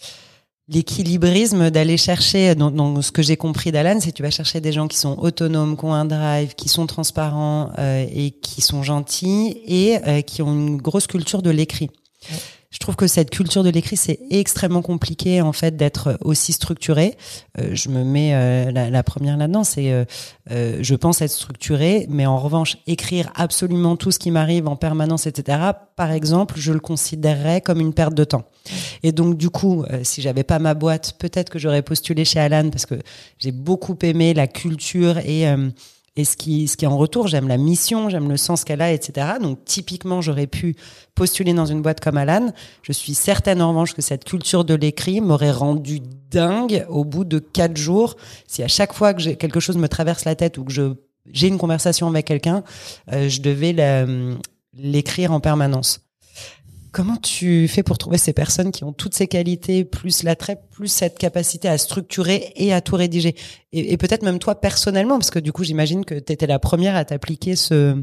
l'équilibrisme d'aller chercher, dans, dans ce que j'ai compris d'Alan, c'est que tu vas chercher des gens qui sont autonomes, qui ont un drive, qui sont transparents euh, et qui sont gentils et euh, qui ont une grosse culture de l'écrit. Ouais. Je trouve que cette culture de l'écrit, c'est extrêmement compliqué en fait d'être aussi structuré. Euh, je me mets euh, la, la première là-dedans, c'est euh, euh, je pense être structuré, mais en revanche écrire absolument tout ce qui m'arrive en permanence, et cetera. Par exemple, je le considérerais comme une perte de temps. Et donc du coup, euh, si j'avais pas ma boîte, peut-être que j'aurais postulé chez Alan parce que j'ai beaucoup aimé la culture et euh, Et ce qui, ce qui est en retour, j'aime la mission, j'aime le sens qu'elle a, et cetera. Donc, typiquement, j'aurais pu postuler dans une boîte comme Alan. Je suis certaine, en revanche, que cette culture de l'écrit m'aurait rendu dingue au bout de quatre jours. Si à chaque fois que j'ai, quelque chose me traverse la tête ou que je, j'ai une conversation avec quelqu'un, euh, je devais la, l'écrire en permanence. Comment tu fais pour trouver ces personnes qui ont toutes ces qualités, plus l'attrait, plus cette capacité à structurer et à tout rédiger? Et, et peut-être même toi personnellement, parce que du coup, j'imagine que tu étais la première à t'appliquer ce,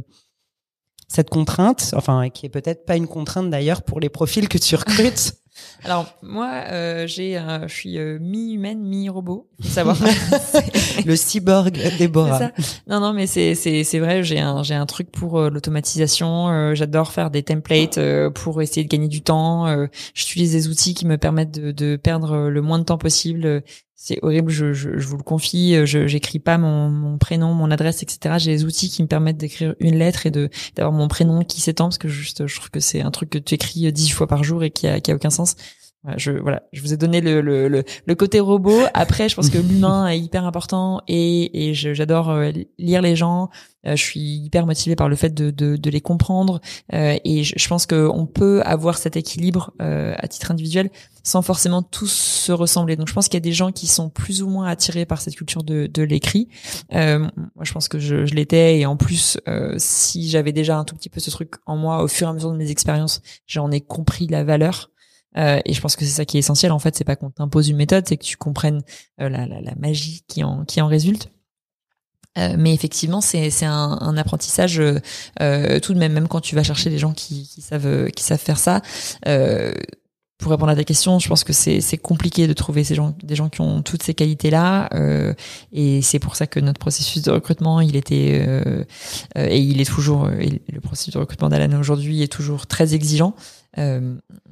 cette contrainte, enfin, qui est peut-être pas une contrainte d'ailleurs pour les profils que tu recrutes. Alors moi, euh, j'ai, euh, je suis euh, mi-humaine, mi-robot. Faut savoir. Le cyborg Déborah. C'est ça. Non, non, mais c'est c'est c'est vrai. J'ai un j'ai un truc pour euh, l'automatisation. Euh, j'adore faire des templates euh, pour essayer de gagner du temps. Euh, j'utilise des outils qui me permettent de de perdre le moins de temps possible. C'est horrible, je, je, je vous le confie, je j'écris pas mon, mon prénom, mon adresse, et cetera. J'ai des outils qui me permettent d'écrire une lettre et de d'avoir mon prénom qui s'étend, parce que juste, je trouve que c'est un truc que tu écris dix fois par jour et qui a, qui a aucun sens. Voilà, je voilà, je vous ai donné le le le, le côté robot. Après, je pense que l'humain est hyper important et et je, j'adore lire les gens. Euh, je suis hyper motivée par le fait de de, de les comprendre euh, et je, je pense que on peut avoir cet équilibre euh, à titre individuel sans forcément tous se ressembler. Donc, je pense qu'il y a des gens qui sont plus ou moins attirés par cette culture de de l'écrit. Euh, moi, je pense que je, je l'étais et en plus, euh, si j'avais déjà un tout petit peu ce truc en moi, au fur et à mesure de mes expériences, j'en ai compris la valeur. Euh, et je pense que c'est ça qui est essentiel. En fait, c'est pas qu'on t'impose une méthode, c'est que tu comprennes euh, la, la, la magie qui en qui en résulte. Euh, mais effectivement, c'est c'est un, un apprentissage euh, tout de même. Même quand tu vas chercher des gens qui qui savent qui savent faire ça. Euh, pour répondre à ta question, je pense que c'est c'est compliqué de trouver ces gens, des gens qui ont toutes ces qualités-là. Euh, et c'est pour ça que notre processus de recrutement, il était euh, euh, et il est toujours et le processus de recrutement d'Alan aujourd'hui est toujours très exigeant. Euh,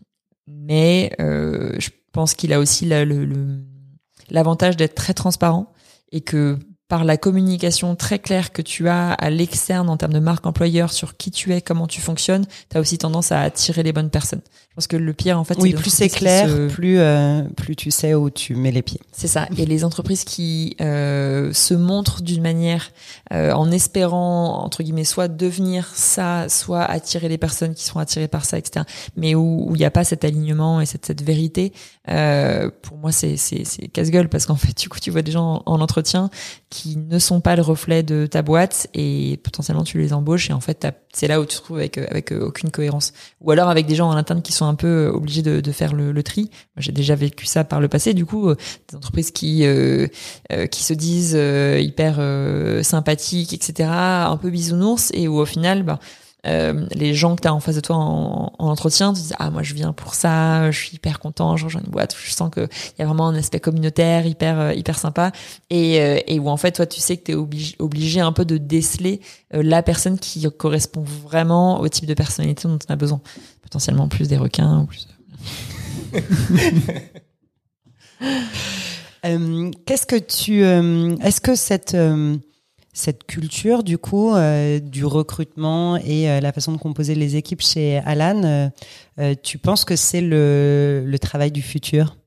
Mais euh, je pense qu'il a aussi la, le, le, l'avantage d'être très transparent et que par la communication très claire que tu as à l'externe en termes de marque employeur sur qui tu es, comment tu fonctionnes, tu as aussi tendance à attirer les bonnes personnes. Je pense que le pire, en fait, oui, c'est plus c'est clair, se... plus euh, plus tu sais où tu mets les pieds. C'est ça. Et les entreprises qui euh, se montrent d'une manière euh, en espérant entre guillemets soit devenir ça, soit attirer les personnes qui seront attirées par ça, et cetera. Mais où il n'y a pas cet alignement et cette cette vérité, euh, pour moi c'est c'est c'est casse-gueule parce qu'en fait du coup tu vois des gens en, en entretien qui ne sont pas le reflet de ta boîte et potentiellement tu les embauches et en fait c'est là où tu te trouves avec avec aucune cohérence. Ou alors avec des gens en interne qui sont un peu obligés de, de faire le, le tri. Moi, j'ai déjà vécu ça par le passé. Du coup, euh, des entreprises qui euh, euh, qui se disent euh, hyper euh, sympathiques, et cetera, un peu bisounours, et où au final, bah, euh, les gens que t'as en face de toi en, en entretien te disent ah moi je viens pour ça, je suis hyper content, je rejoins une boîte où je sens que il y a vraiment un aspect communautaire hyper euh, hyper sympa et euh, et où en fait toi tu sais que t'es obligé obligé un peu de déceler euh, la personne qui correspond vraiment au type de personnalité dont on a besoin, potentiellement plus des requins ou plus euh, qu'est-ce que tu euh, est-ce que cette euh, cette culture du coup euh, du recrutement et euh, la façon de composer les équipes chez Alan, euh, euh, tu penses que c'est le, le travail du futur?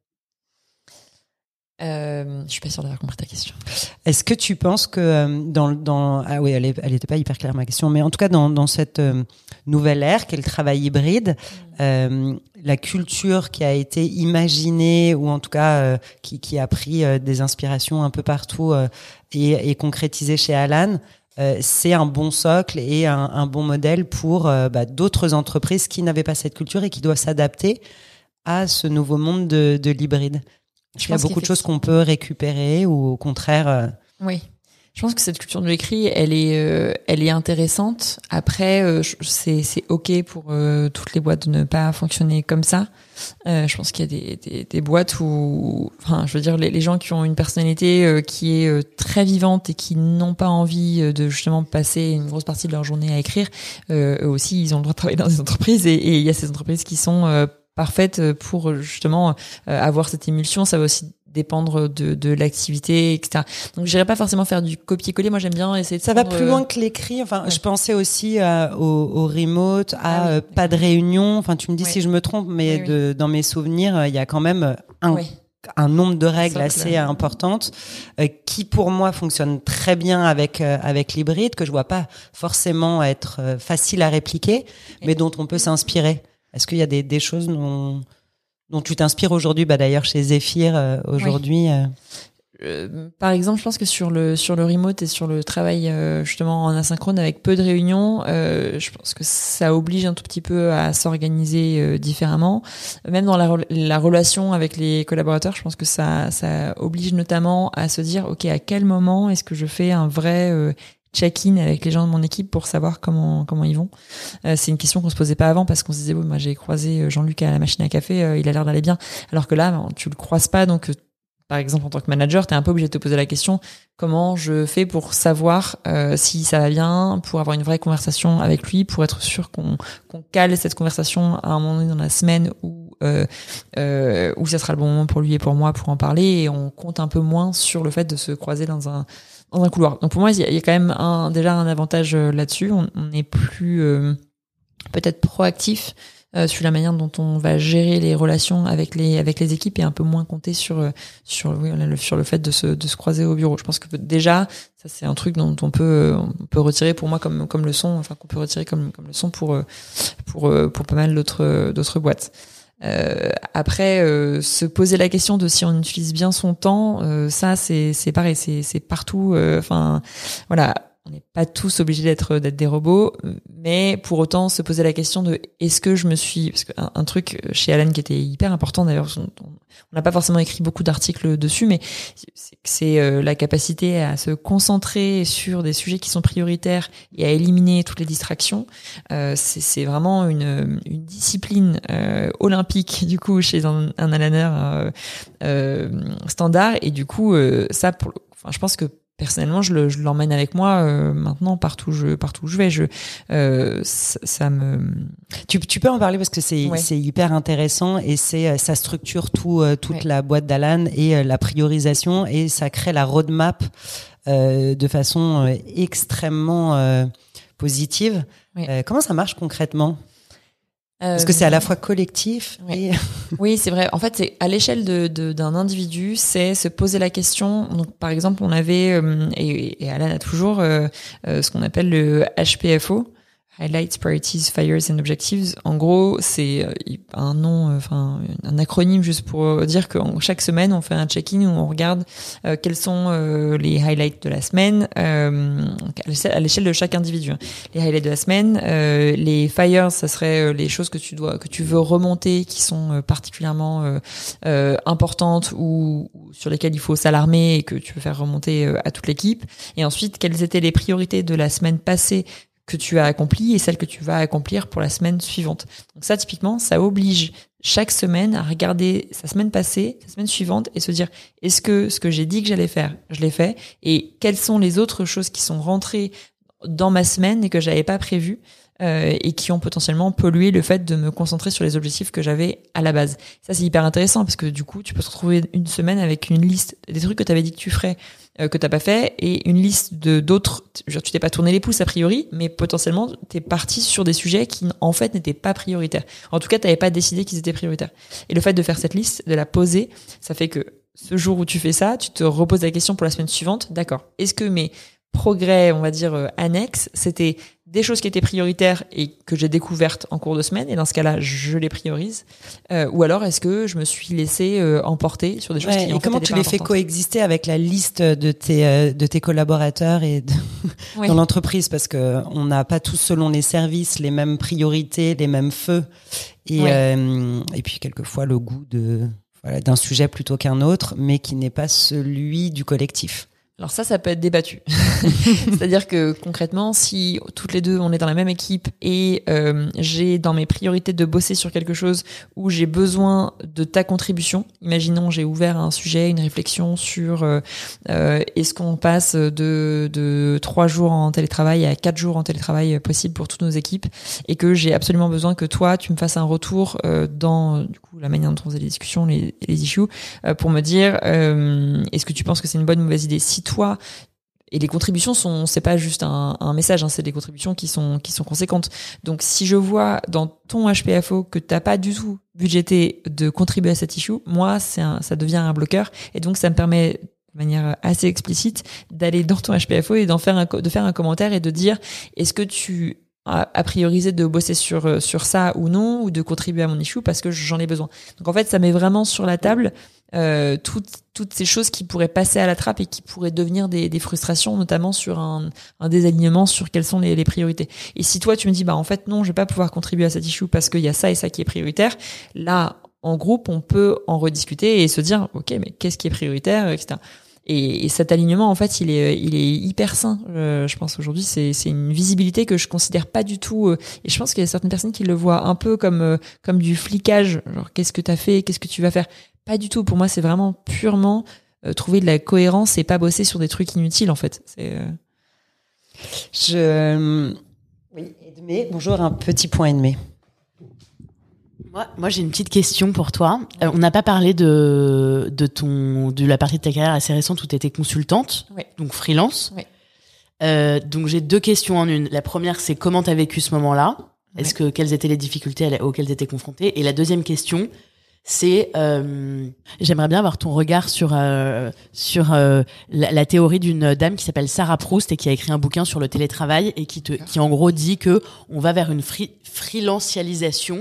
Euh, je suis pas sûre d'avoir compris ta question. Est-ce que tu penses que euh, dans dans ah oui elle est, elle était pas hyper claire ma question, mais en tout cas dans dans cette euh, nouvelle ère qu'est le travail hybride, mmh. euh, la culture qui a été imaginée ou en tout cas euh, qui qui a pris euh, des inspirations un peu partout euh, et, et concrétisée chez Alan, euh, c'est un bon socle et un, un bon modèle pour euh, bah, d'autres entreprises qui n'avaient pas cette culture et qui doivent s'adapter à ce nouveau monde de, de l'hybride. Il y a beaucoup de choses qu'on peut récupérer ou au contraire... Euh... Oui. Je pense que cette culture de l'écrit, elle est, euh, elle est intéressante. Après, euh, c'est, c'est ok pour euh, toutes les boîtes de ne pas fonctionner comme ça. Euh, je pense qu'il y a des, des, des boîtes où, enfin, je veux dire, les, les gens qui ont une personnalité euh, qui est euh, très vivante et qui n'ont pas envie de justement passer une grosse partie de leur journée à écrire, euh, eux aussi, ils ont le droit de travailler dans des entreprises. Et, et il y a ces entreprises qui sont euh, parfaites pour justement euh, avoir cette émulsion. Ça va aussi dépendre de, de l'activité, et cetera. Donc, j'irais pas forcément faire du copier-coller. Moi, j'aime bien essayer de Ça prendre, va plus loin que l'écrit. Enfin, ouais. je pensais aussi euh, au, au remote, à ah oui, euh, pas de réunion. Enfin, tu me dis oui. si je me trompe, mais oui, de, dans mes souvenirs, il y a quand même un, oui. un nombre de règles Ça, assez là. importantes euh, qui, pour moi, fonctionnent très bien avec euh, avec l'hybride, que je vois pas forcément être euh, facile à répliquer, mais dont on peut s'inspirer. Est-ce qu'il y a des, des choses dont dont tu t'inspires aujourd'hui, bah d'ailleurs chez Zephyr euh, aujourd'hui. Oui. Euh... Euh, par exemple, je pense que sur le sur le remote et sur le travail euh, justement en asynchrone avec peu de réunions, euh, je pense que ça oblige un tout petit peu à s'organiser euh, différemment. Même dans la, la relation avec les collaborateurs, je pense que ça ça oblige notamment à se dire ok, à quel moment est-ce que je fais un vrai euh, check-in avec les gens de mon équipe pour savoir comment comment ils vont. Euh, c'est une question qu'on se posait pas avant parce qu'on se disait bon, moi j'ai croisé Jean-Luc à la machine à café, euh, il a l'air d'aller bien. Alors que là, ben, tu le croises pas, donc euh, par exemple en tant que manager, t'es un peu obligé de te poser la question comment je fais pour savoir euh, si ça va bien, pour avoir une vraie conversation avec lui, pour être sûr qu'on qu'on cale cette conversation à un moment donné dans la semaine où euh, euh, où ça sera le bon moment pour lui et pour moi pour en parler et on compte un peu moins sur le fait de se croiser dans un dans un couloir. Donc pour moi, il y a, il y a quand même un, déjà un avantage euh, là-dessus. On, on est plus euh, peut-être proactif euh, sur la manière dont on va gérer les relations avec les avec les équipes et un peu moins compter sur euh, sur oui, le, sur le fait de se de se croiser au bureau. Je pense que déjà ça c'est un truc dont on peut on peut retirer pour moi comme comme leçon, enfin qu'on peut retirer comme comme leçon pour pour pour pas mal d'autres d'autres boîtes. Euh, après, euh, se poser la question de si on utilise bien son temps, euh, ça c'est c'est pareil, c'est c'est partout. Enfin, euh, voilà, on n'est pas tous obligés d'être d'être des robots, mais pour autant se poser la question de est-ce que je me suis parce qu'un un truc chez Alan qui était hyper important d'ailleurs, on n'a pas forcément écrit beaucoup d'articles dessus, mais c'est c'est euh, la capacité à se concentrer sur des sujets qui sont prioritaires et à éliminer toutes les distractions. Euh, c'est c'est vraiment une une discipline euh, olympique du coup chez un, un Alaner euh, euh, standard et du coup euh, ça pour enfin je pense que personnellement, je, le, je l'emmène avec moi euh, maintenant partout où je partout où je vais. Je euh, ça, ça me. Tu, tu peux en parler parce que c'est ouais. c'est hyper intéressant et c'est ça structure tout euh, toute ouais. la boîte d'Alan et euh, la priorisation et ça crée la roadmap euh, de façon euh, extrêmement euh, positive. Ouais. Euh, comment ça marche concrètement? Parce que c'est à la fois collectif oui. et... Oui, c'est vrai. En fait, c'est à l'échelle de, de, d'un individu, c'est se poser la question. Donc, par exemple, on avait, euh, et, et Alan a toujours, euh, euh, ce qu'on appelle le H P F O, Highlights, Priorities, Fires and Objectives. En gros, c'est un nom, enfin un acronyme juste pour dire que chaque semaine, on fait un check-in où on regarde euh, quels sont euh, les highlights de la semaine euh, à l'échelle de chaque individu. Les highlights de la semaine, euh, les fires, ça serait les choses que tu dois, que tu veux remonter, qui sont particulièrement euh, euh, importantes ou, ou sur lesquelles il faut s'alarmer et que tu veux faire remonter euh, à toute l'équipe. Et ensuite, quelles étaient les priorités de la semaine passée que tu as accompli et celle que tu vas accomplir pour la semaine suivante. Donc ça, typiquement, ça oblige chaque semaine à regarder sa semaine passée, sa semaine suivante et se dire est-ce que ce que j'ai dit que j'allais faire, je l'ai fait et quelles sont les autres choses qui sont rentrées dans ma semaine et que j'avais pas prévues euh, et qui ont potentiellement pollué le fait de me concentrer sur les objectifs que j'avais à la base. Ça, c'est hyper intéressant parce que du coup, tu peux te retrouver une semaine avec une liste des trucs que tu avais dit que tu ferais euh, que t'as pas fait et une liste de d'autres. Genre, tu t'es pas tourné les pouces a priori, mais potentiellement t'es parti sur des sujets qui en fait n'étaient pas prioritaires. En tout cas, t'avais pas décidé qu'ils étaient prioritaires. Et le fait de faire cette liste, de la poser, ça fait que ce jour où tu fais ça, tu te reposes la question pour la semaine suivante. D'accord. Est-ce que mes progrès, on va dire euh, annexes, c'était des choses qui étaient prioritaires et que j'ai découvertes en cours de semaine, et dans ce cas-là, je les priorise. Euh, ou alors, est-ce que je me suis laissé euh, emporter sur des choses ouais, qui en et fait comment étaient tu pas les fais importantes. coexister avec la liste de tes euh, de tes collaborateurs et de, oui. dans l'entreprise, parce que on n'a pas tous selon les services les mêmes priorités, les mêmes feux, et ouais. euh, et puis quelquefois le goût de voilà, d'un sujet plutôt qu'un autre, mais qui n'est pas celui du collectif. Alors ça, ça peut être débattu. C'est-à-dire que concrètement, si toutes les deux, on est dans la même équipe et euh, j'ai dans mes priorités de bosser sur quelque chose où j'ai besoin de ta contribution, imaginons j'ai ouvert un sujet, une réflexion sur euh, euh, est-ce qu'on passe de, de trois jours en télétravail à quatre jours en télétravail possible pour toutes nos équipes et que j'ai absolument besoin que toi, tu me fasses un retour euh, dans du coup la manière dont on faisait les discussions, les, les issues, euh, pour me dire euh, est-ce que tu penses que c'est une bonne ou mauvaise idée si toi, et les contributions sont, c'est pas juste un, un message, hein, c'est des contributions qui sont, qui sont conséquentes. Donc, si je vois dans ton H P F O que t'as pas du tout budgété de contribuer à cette issue, moi, c'est un, ça devient un bloqueur. Et donc, ça me permet, de manière assez explicite, d'aller dans ton H P F O et d'en faire un, de faire un commentaire et de dire, est-ce que tu à prioriser de bosser sur sur ça ou non, ou de contribuer à mon issue parce que j'en ai besoin. Donc en fait, ça met vraiment sur la table euh, toutes toutes ces choses qui pourraient passer à la trappe et qui pourraient devenir des, des frustrations, notamment sur un, un désalignement sur quelles sont les, les priorités. Et si toi tu me dis bah en fait non, je vais pas pouvoir contribuer à cette issue parce qu'il y a ça et ça qui est prioritaire, là en groupe on peut en rediscuter et se dire ok mais qu'est-ce qui est prioritaire, et cetera. Et, et cet alignement, en fait, il est, il est hyper sain. Euh, je pense aujourd'hui, c'est, c'est une visibilité que je considère pas du tout. Euh, et je pense qu'il y a certaines personnes qui le voient un peu comme, euh, comme du flicage. Genre, qu'est-ce que t'as fait, qu'est-ce que tu vas faire. Pas du tout. Pour moi, c'est vraiment purement euh, trouver de la cohérence et pas bosser sur des trucs inutiles, en fait. C'est. Euh... Je. Oui, Edmé. Bonjour, un petit point Edmé. Moi, moi, j'ai une petite question pour toi. Euh, on n'a pas parlé de de ton de la partie de ta carrière assez récente où tu étais consultante, oui. donc freelance. Oui. Euh, donc j'ai deux questions en une. La première, c'est comment tu as vécu ce moment-là ? Est-ce oui. que quelles étaient les difficultés auxquelles tu étais confrontée ? Et la deuxième question, c'est euh, j'aimerais bien avoir ton regard sur euh, sur euh, la, la théorie d'une dame qui s'appelle Sarah Proust et qui a écrit un bouquin sur le télétravail et qui te qui en gros dit que on va vers une free, freelancialisation.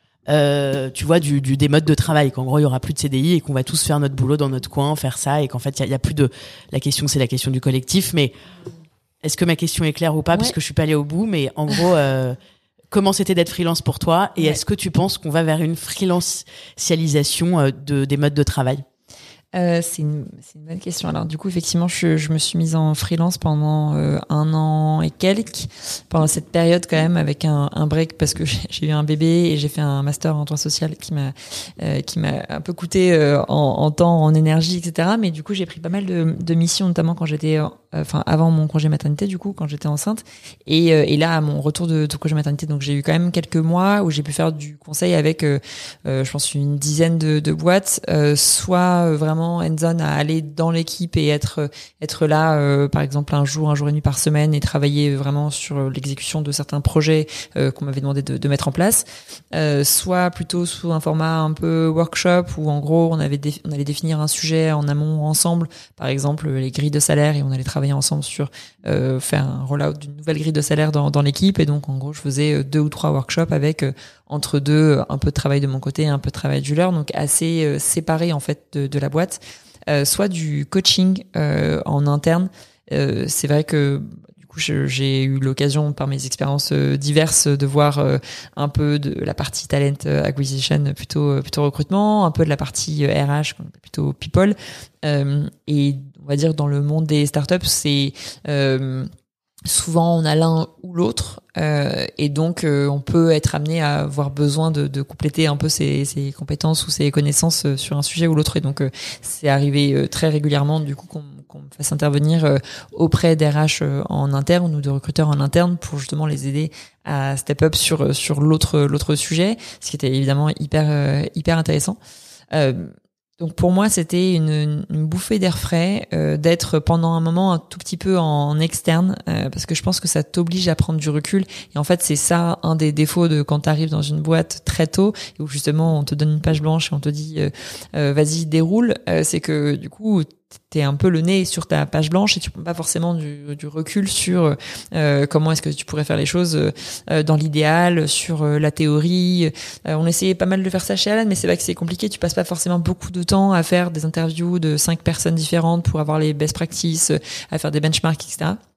Euh, tu vois du, du des modes de travail, qu'en gros il y aura plus de C D I et qu'on va tous faire notre boulot dans notre coin, faire ça, et qu'en fait il y a, y a plus de la question, c'est la question du collectif. Mais est-ce que ma question est claire ou pas, ouais. Parce que je suis pas allée au bout, mais en gros euh, comment c'était d'être freelance pour toi, et ouais. Est-ce que tu penses qu'on va vers une freelancialisation euh, de des modes de travail? Euh, c'est une, c'est une bonne question. Alors du coup, effectivement, je, je me suis mise en freelance pendant euh, un an et quelques, pendant cette période quand même avec un, un break parce que j'ai, j'ai eu un bébé et j'ai fait un master en droit social qui m'a euh, qui m'a un peu coûté euh, en, en temps, en énergie, et cetera. Mais du coup, j'ai pris pas mal de, de missions, notamment quand j'étais, euh, enfin avant mon congé maternité, du coup, quand j'étais enceinte, et, euh, et là à mon retour de, de congé maternité, donc j'ai eu quand même quelques mois où j'ai pu faire du conseil avec, euh, euh, je pense une dizaine de, de boîtes, euh, soit vraiment hands-on à aller dans l'équipe et être être là euh, par exemple un jour un jour et demi par semaine et travailler vraiment sur l'exécution de certains projets euh, qu'on m'avait demandé de, de mettre en place, euh, soit plutôt sous un format un peu workshop où en gros on avait dé- on allait définir un sujet en amont ensemble, par exemple les grilles de salaire, et on allait travailler ensemble sur euh, faire un rollout d'une nouvelle grille de salaire dans dans l'équipe. Et donc en gros je faisais deux ou trois workshops avec euh, entre deux un peu de travail de mon côté et un peu de travail du leur, donc assez euh, séparé en fait de, de la boîte. Euh, soit du coaching euh, en interne. Euh, c'est vrai que du coup je, j'ai eu l'occasion par mes expériences euh, diverses de voir euh, un peu de la partie talent acquisition, plutôt plutôt recrutement, un peu de la partie R H plutôt people. Euh, et on va dire dans le monde des startups, c'est euh, souvent on a l'un ou l'autre, euh, et donc euh, on peut être amené à avoir besoin de, de compléter un peu ses, ses compétences ou ses connaissances euh, sur un sujet ou l'autre. Et donc euh, c'est arrivé euh, très régulièrement du coup qu'on, qu'on me fasse intervenir euh, auprès d'R H euh, en interne ou de recruteurs en interne pour justement les aider à step up sur sur l'autre l'autre sujet, ce qui était évidemment hyper euh, hyper intéressant. Euh, Donc pour moi, c'était une, une bouffée d'air frais euh, d'être pendant un moment un tout petit peu en externe, euh, parce que je pense que ça t'oblige à prendre du recul. Et en fait, c'est ça un des défauts de quand tu arrives dans une boîte très tôt et où justement on te donne une page blanche et on te dit euh, euh, vas-y déroule. Euh, c'est que du coup t'es un peu le nez sur ta page blanche et tu prends pas forcément du, du recul sur euh, comment est-ce que tu pourrais faire les choses euh, dans l'idéal, sur euh, la théorie. Euh, on essayait pas mal de faire ça chez Alan, mais c'est vrai que c'est compliqué. Tu passes pas forcément beaucoup de temps à faire des interviews de cinq personnes différentes pour avoir les best practices, à faire des benchmarks, et cetera.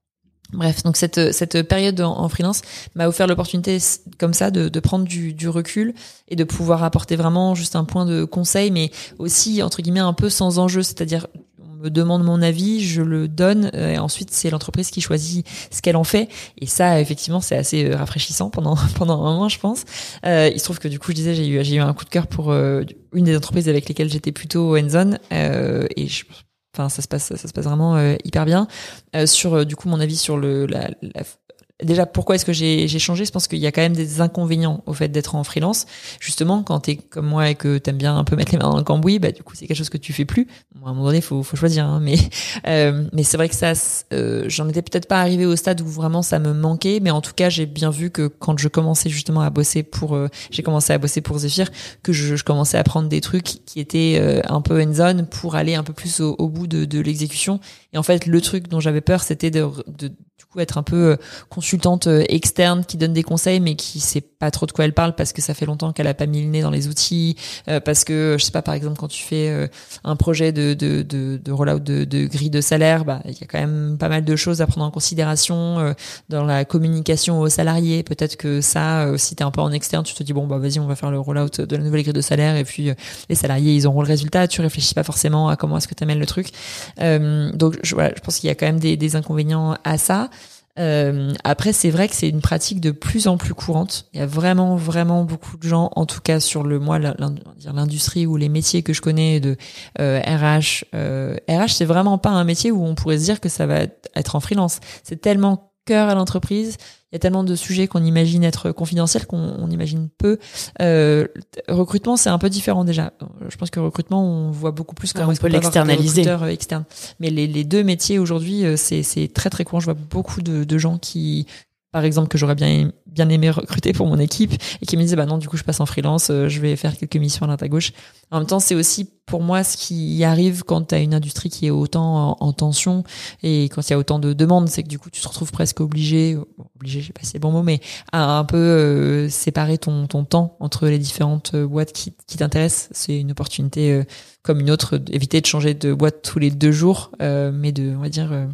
Bref, donc cette cette période en, en freelance m'a offert l'opportunité comme ça de, de prendre du, du recul et de pouvoir apporter vraiment juste un point de conseil, mais aussi entre guillemets un peu sans enjeu, c'est-à-dire on me demande mon avis, je le donne, euh, et ensuite c'est l'entreprise qui choisit ce qu'elle en fait. Et ça, effectivement, c'est assez rafraîchissant pendant pendant un mois, je pense. Euh, il se trouve que du coup, je disais, j'ai eu j'ai eu un coup de cœur pour euh, une des entreprises avec lesquelles j'étais plutôt hands-on, euh, et je Enfin, ça se passe, ça se passe vraiment euh, hyper bien. Euh, sur euh, du coup mon avis sur le, la, la déjà pourquoi est-ce que j'ai j'ai changé. Je pense qu'il y a quand même des inconvénients au fait d'être en freelance. Justement, quand t'es comme moi et que t'aimes bien un peu mettre les mains dans le cambouis, bah du coup c'est quelque chose que tu fais plus. Bon, à un moment donné, faut faut choisir. Hein, mais euh, mais c'est vrai que ça, euh, j'en étais peut-être pas arrivée au stade où vraiment ça me manquait. Mais en tout cas, j'ai bien vu que quand je commençais justement à bosser pour, euh, j'ai commencé à bosser pour Zephyr, que je, je commençais à prendre des trucs qui étaient euh, un peu hands-on pour aller un peu plus au, au bout de, de l'exécution. Et en fait, le truc dont j'avais peur, c'était de, de du coup être un peu consultante externe qui donne des conseils mais qui sait pas trop de quoi elle parle parce que ça fait longtemps qu'elle a pas mis le nez dans les outils, euh, parce que je sais pas, par exemple quand tu fais euh, un projet de de de, de rollout de, de grille de salaire, bah il y a quand même pas mal de choses à prendre en considération euh, dans la communication aux salariés. Peut-être que ça, euh, si t'es un peu en externe, tu te dis bon bah vas-y, on va faire le rollout de la nouvelle grille de salaire et puis euh, les salariés ils auront le résultat. Tu réfléchis pas forcément à comment est-ce que t'amènes le truc. Euh, donc je, voilà, je pense qu'il y a quand même des, des inconvénients à ça. Euh, après, c'est vrai que c'est une pratique de plus en plus courante. Il y a vraiment, vraiment beaucoup de gens, en tout cas sur le moi, l'industrie ou les métiers que je connais de euh, R H. Euh, R H, c'est vraiment pas un métier où on pourrait se dire que ça va être en freelance. C'est tellement cœur à l'entreprise. Il y a tellement de sujets qu'on imagine être confidentiels qu'on on imagine peu. Euh, recrutement, c'est un peu différent déjà. Je pense que recrutement, on voit beaucoup plus comment on peut l'externaliser. Externe. Mais les, les deux métiers aujourd'hui, c'est, c'est très très courant. Je vois beaucoup de, de gens qui, par exemple, que j'aurais bien bien aimé recruter pour mon équipe et qui me disaient bah non, du coup je passe en freelance, euh, je vais faire quelques missions à droite à gauche. En même temps, c'est aussi pour moi ce qui arrive quand tu as une industrie qui est autant en, en tension et quand il y a autant de demandes, c'est que du coup tu te retrouves presque obligé, bon, obligé, je sais pas si c'est le bon mot, mais à un peu euh, séparer ton ton temps entre les différentes boîtes qui qui t'intéressent. C'est une opportunité euh, comme une autre, d'éviter de changer de boîte tous les deux jours, euh, mais de, on va dire euh,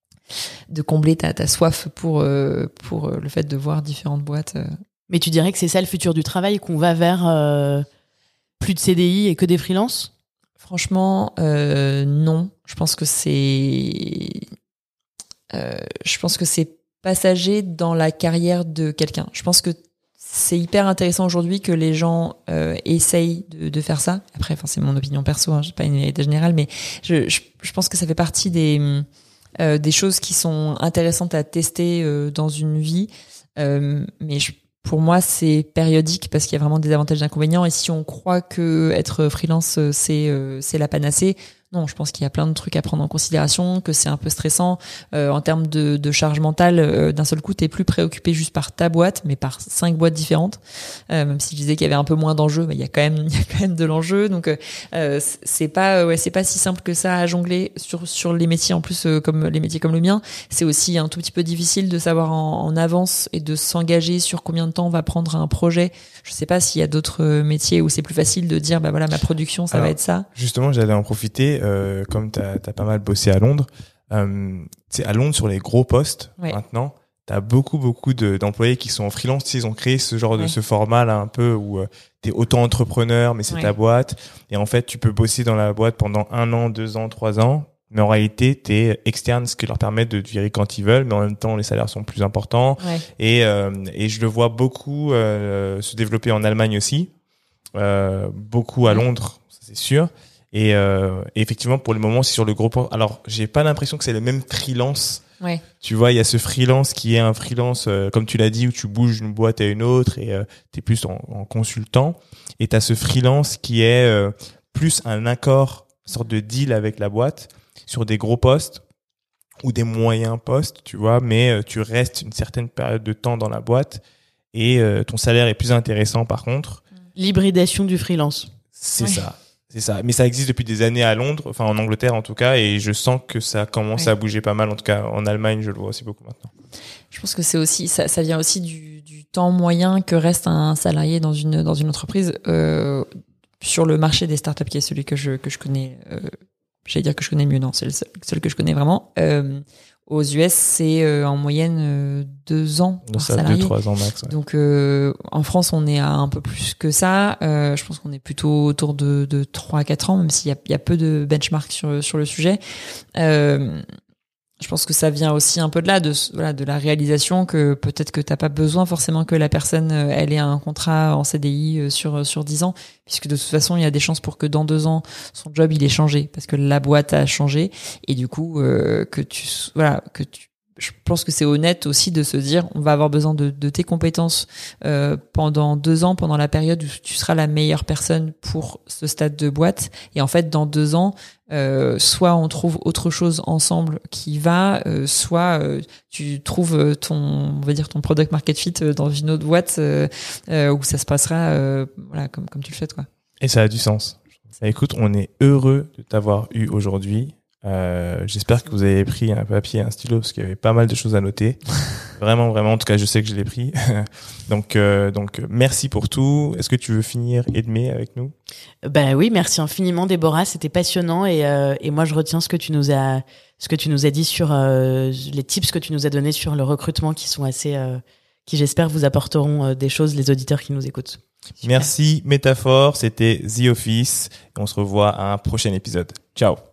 de combler ta, ta soif pour euh, pour le fait de voir différentes boîtes. Euh. Mais tu dirais que c'est ça le futur du travail, qu'on va vers euh, plus de C D I et que des freelances ? Franchement, euh, non. Je pense que c'est, euh, je pense que c'est passager dans la carrière de quelqu'un. Je pense que c'est hyper intéressant aujourd'hui que les gens euh, essayent de, de faire ça. Après, enfin c'est mon opinion perso, hein, j'ai pas une idée générale, mais je, je je pense que ça fait partie des Euh, des choses qui sont intéressantes à tester euh, dans une vie, euh, mais je, pour moi c'est périodique parce qu'il y a vraiment des avantages et des inconvénients. Et si on croit que être freelance c'est euh, c'est la panacée, non, je pense qu'il y a plein de trucs à prendre en considération, que c'est un peu stressant euh, en termes de, de charge mentale. Euh, d'un seul coup, t'es plus préoccupé juste par ta boîte, mais par cinq boîtes différentes. Euh, même si je disais qu'il y avait un peu moins d'enjeux, mais il y a quand même, il y a quand même de l'enjeu. Donc euh, c'est pas, ouais, c'est pas si simple que ça à jongler sur sur les métiers. En plus, euh, comme les métiers comme le mien, c'est aussi un tout petit peu difficile de savoir en, en avance et de s'engager sur combien de temps va prendre un projet. Je sais pas s'il y a d'autres métiers où c'est plus facile de dire, bah voilà, ma production, ça Alors, va être ça. Justement, j'allais en profiter. Euh, comme tu as pas mal bossé à Londres, euh, c'est à Londres sur les gros postes ouais. Maintenant, tu as beaucoup beaucoup de, d'employés qui sont en freelance. Tu sais, ils ont créé ce genre ouais. de ce format là un peu où euh, tu es auto-entrepreneur mais c'est ouais. ta boîte et en fait tu peux bosser dans la boîte pendant un an, deux ans, trois ans. Mais en réalité, tu es externe, ce qui leur permet de te virer quand ils veulent, mais en même temps, les salaires sont plus importants. Ouais. Et, euh, et je le vois beaucoup euh, se développer en Allemagne aussi, euh, beaucoup à ouais. Londres, ça c'est sûr. Et, euh, et effectivement, pour le moment, c'est sur le gros point. Alors, j'ai pas l'impression que c'est le même freelance. Ouais. Tu vois, il y a ce freelance qui est un freelance, euh, comme tu l'as dit, où tu bouges d'une boîte à une autre et euh, t'es plus en, en consultant. Et t'as ce freelance qui est euh, plus un accord, une sorte de deal avec la boîte sur des gros postes ou des moyens postes, tu vois, mais euh, tu restes une certaine période de temps dans la boîte et euh, ton salaire est plus intéressant par contre. L'hybridation du freelance. C'est ouais. ça. C'est ça, mais ça existe depuis des années à Londres, enfin en Angleterre en tout cas, et je sens que ça commence ouais. à bouger pas mal. En tout cas, en Allemagne, je le vois aussi beaucoup maintenant. Je pense que c'est aussi ça, ça vient aussi du, du temps moyen que reste un salarié dans une dans une entreprise euh, sur le marché des startups, qui est celui que je que je connais. Euh, j'allais dire que je connais mieux, non, c'est le seul, seul que je connais vraiment. Euh, Aux U S, c'est euh, en moyenne euh, deux ans Donc par ça, salarié. deux, trois ans max. Ouais. Donc euh, en France, on est à un peu plus que ça. Euh, je pense qu'on est plutôt autour de, de trois à quatre ans, même s'il y a, il y a peu de benchmarks sur, sur le sujet. Euh, je pense que ça vient aussi un peu de là, de, voilà, de la réalisation que peut-être que t'as pas besoin forcément que la personne euh, elle ait un contrat en C D I sur sur dix ans, puisque de toute façon il y a des chances pour que dans deux ans son job il ait changé parce que la boîte a changé et du coup euh, que tu voilà que tu je pense que c'est honnête aussi de se dire on va avoir besoin de, de tes compétences euh, pendant deux ans, pendant la période où tu seras la meilleure personne pour ce stade de boîte. Et en fait, dans deux ans, euh, soit on trouve autre chose ensemble qui va, euh, soit euh, tu trouves ton, on va dire ton product market fit dans une autre boîte euh, euh, où ça se passera, euh, voilà, comme comme tu le souhaites, quoi. Et ça a du sens. Écoute, on est heureux de t'avoir eu aujourd'hui. Euh, j'espère que vous avez pris un papier et un stylo parce qu'il y avait pas mal de choses à noter. Vraiment, vraiment. En tout cas, je sais que je l'ai pris. donc, euh, donc, merci pour tout. Est-ce que tu veux finir, Edmé, avec nous? Ben oui, merci infiniment, Déborah. C'était passionnant et euh, et moi je retiens ce que tu nous as ce que tu nous as dit sur euh, les tips que tu nous as donnés sur le recrutement qui sont assez euh, qui j'espère vous apporteront euh, des choses les auditeurs qui nous écoutent. Super. Merci, Métaphore. C'était The Office. On se revoit à un prochain épisode. Ciao.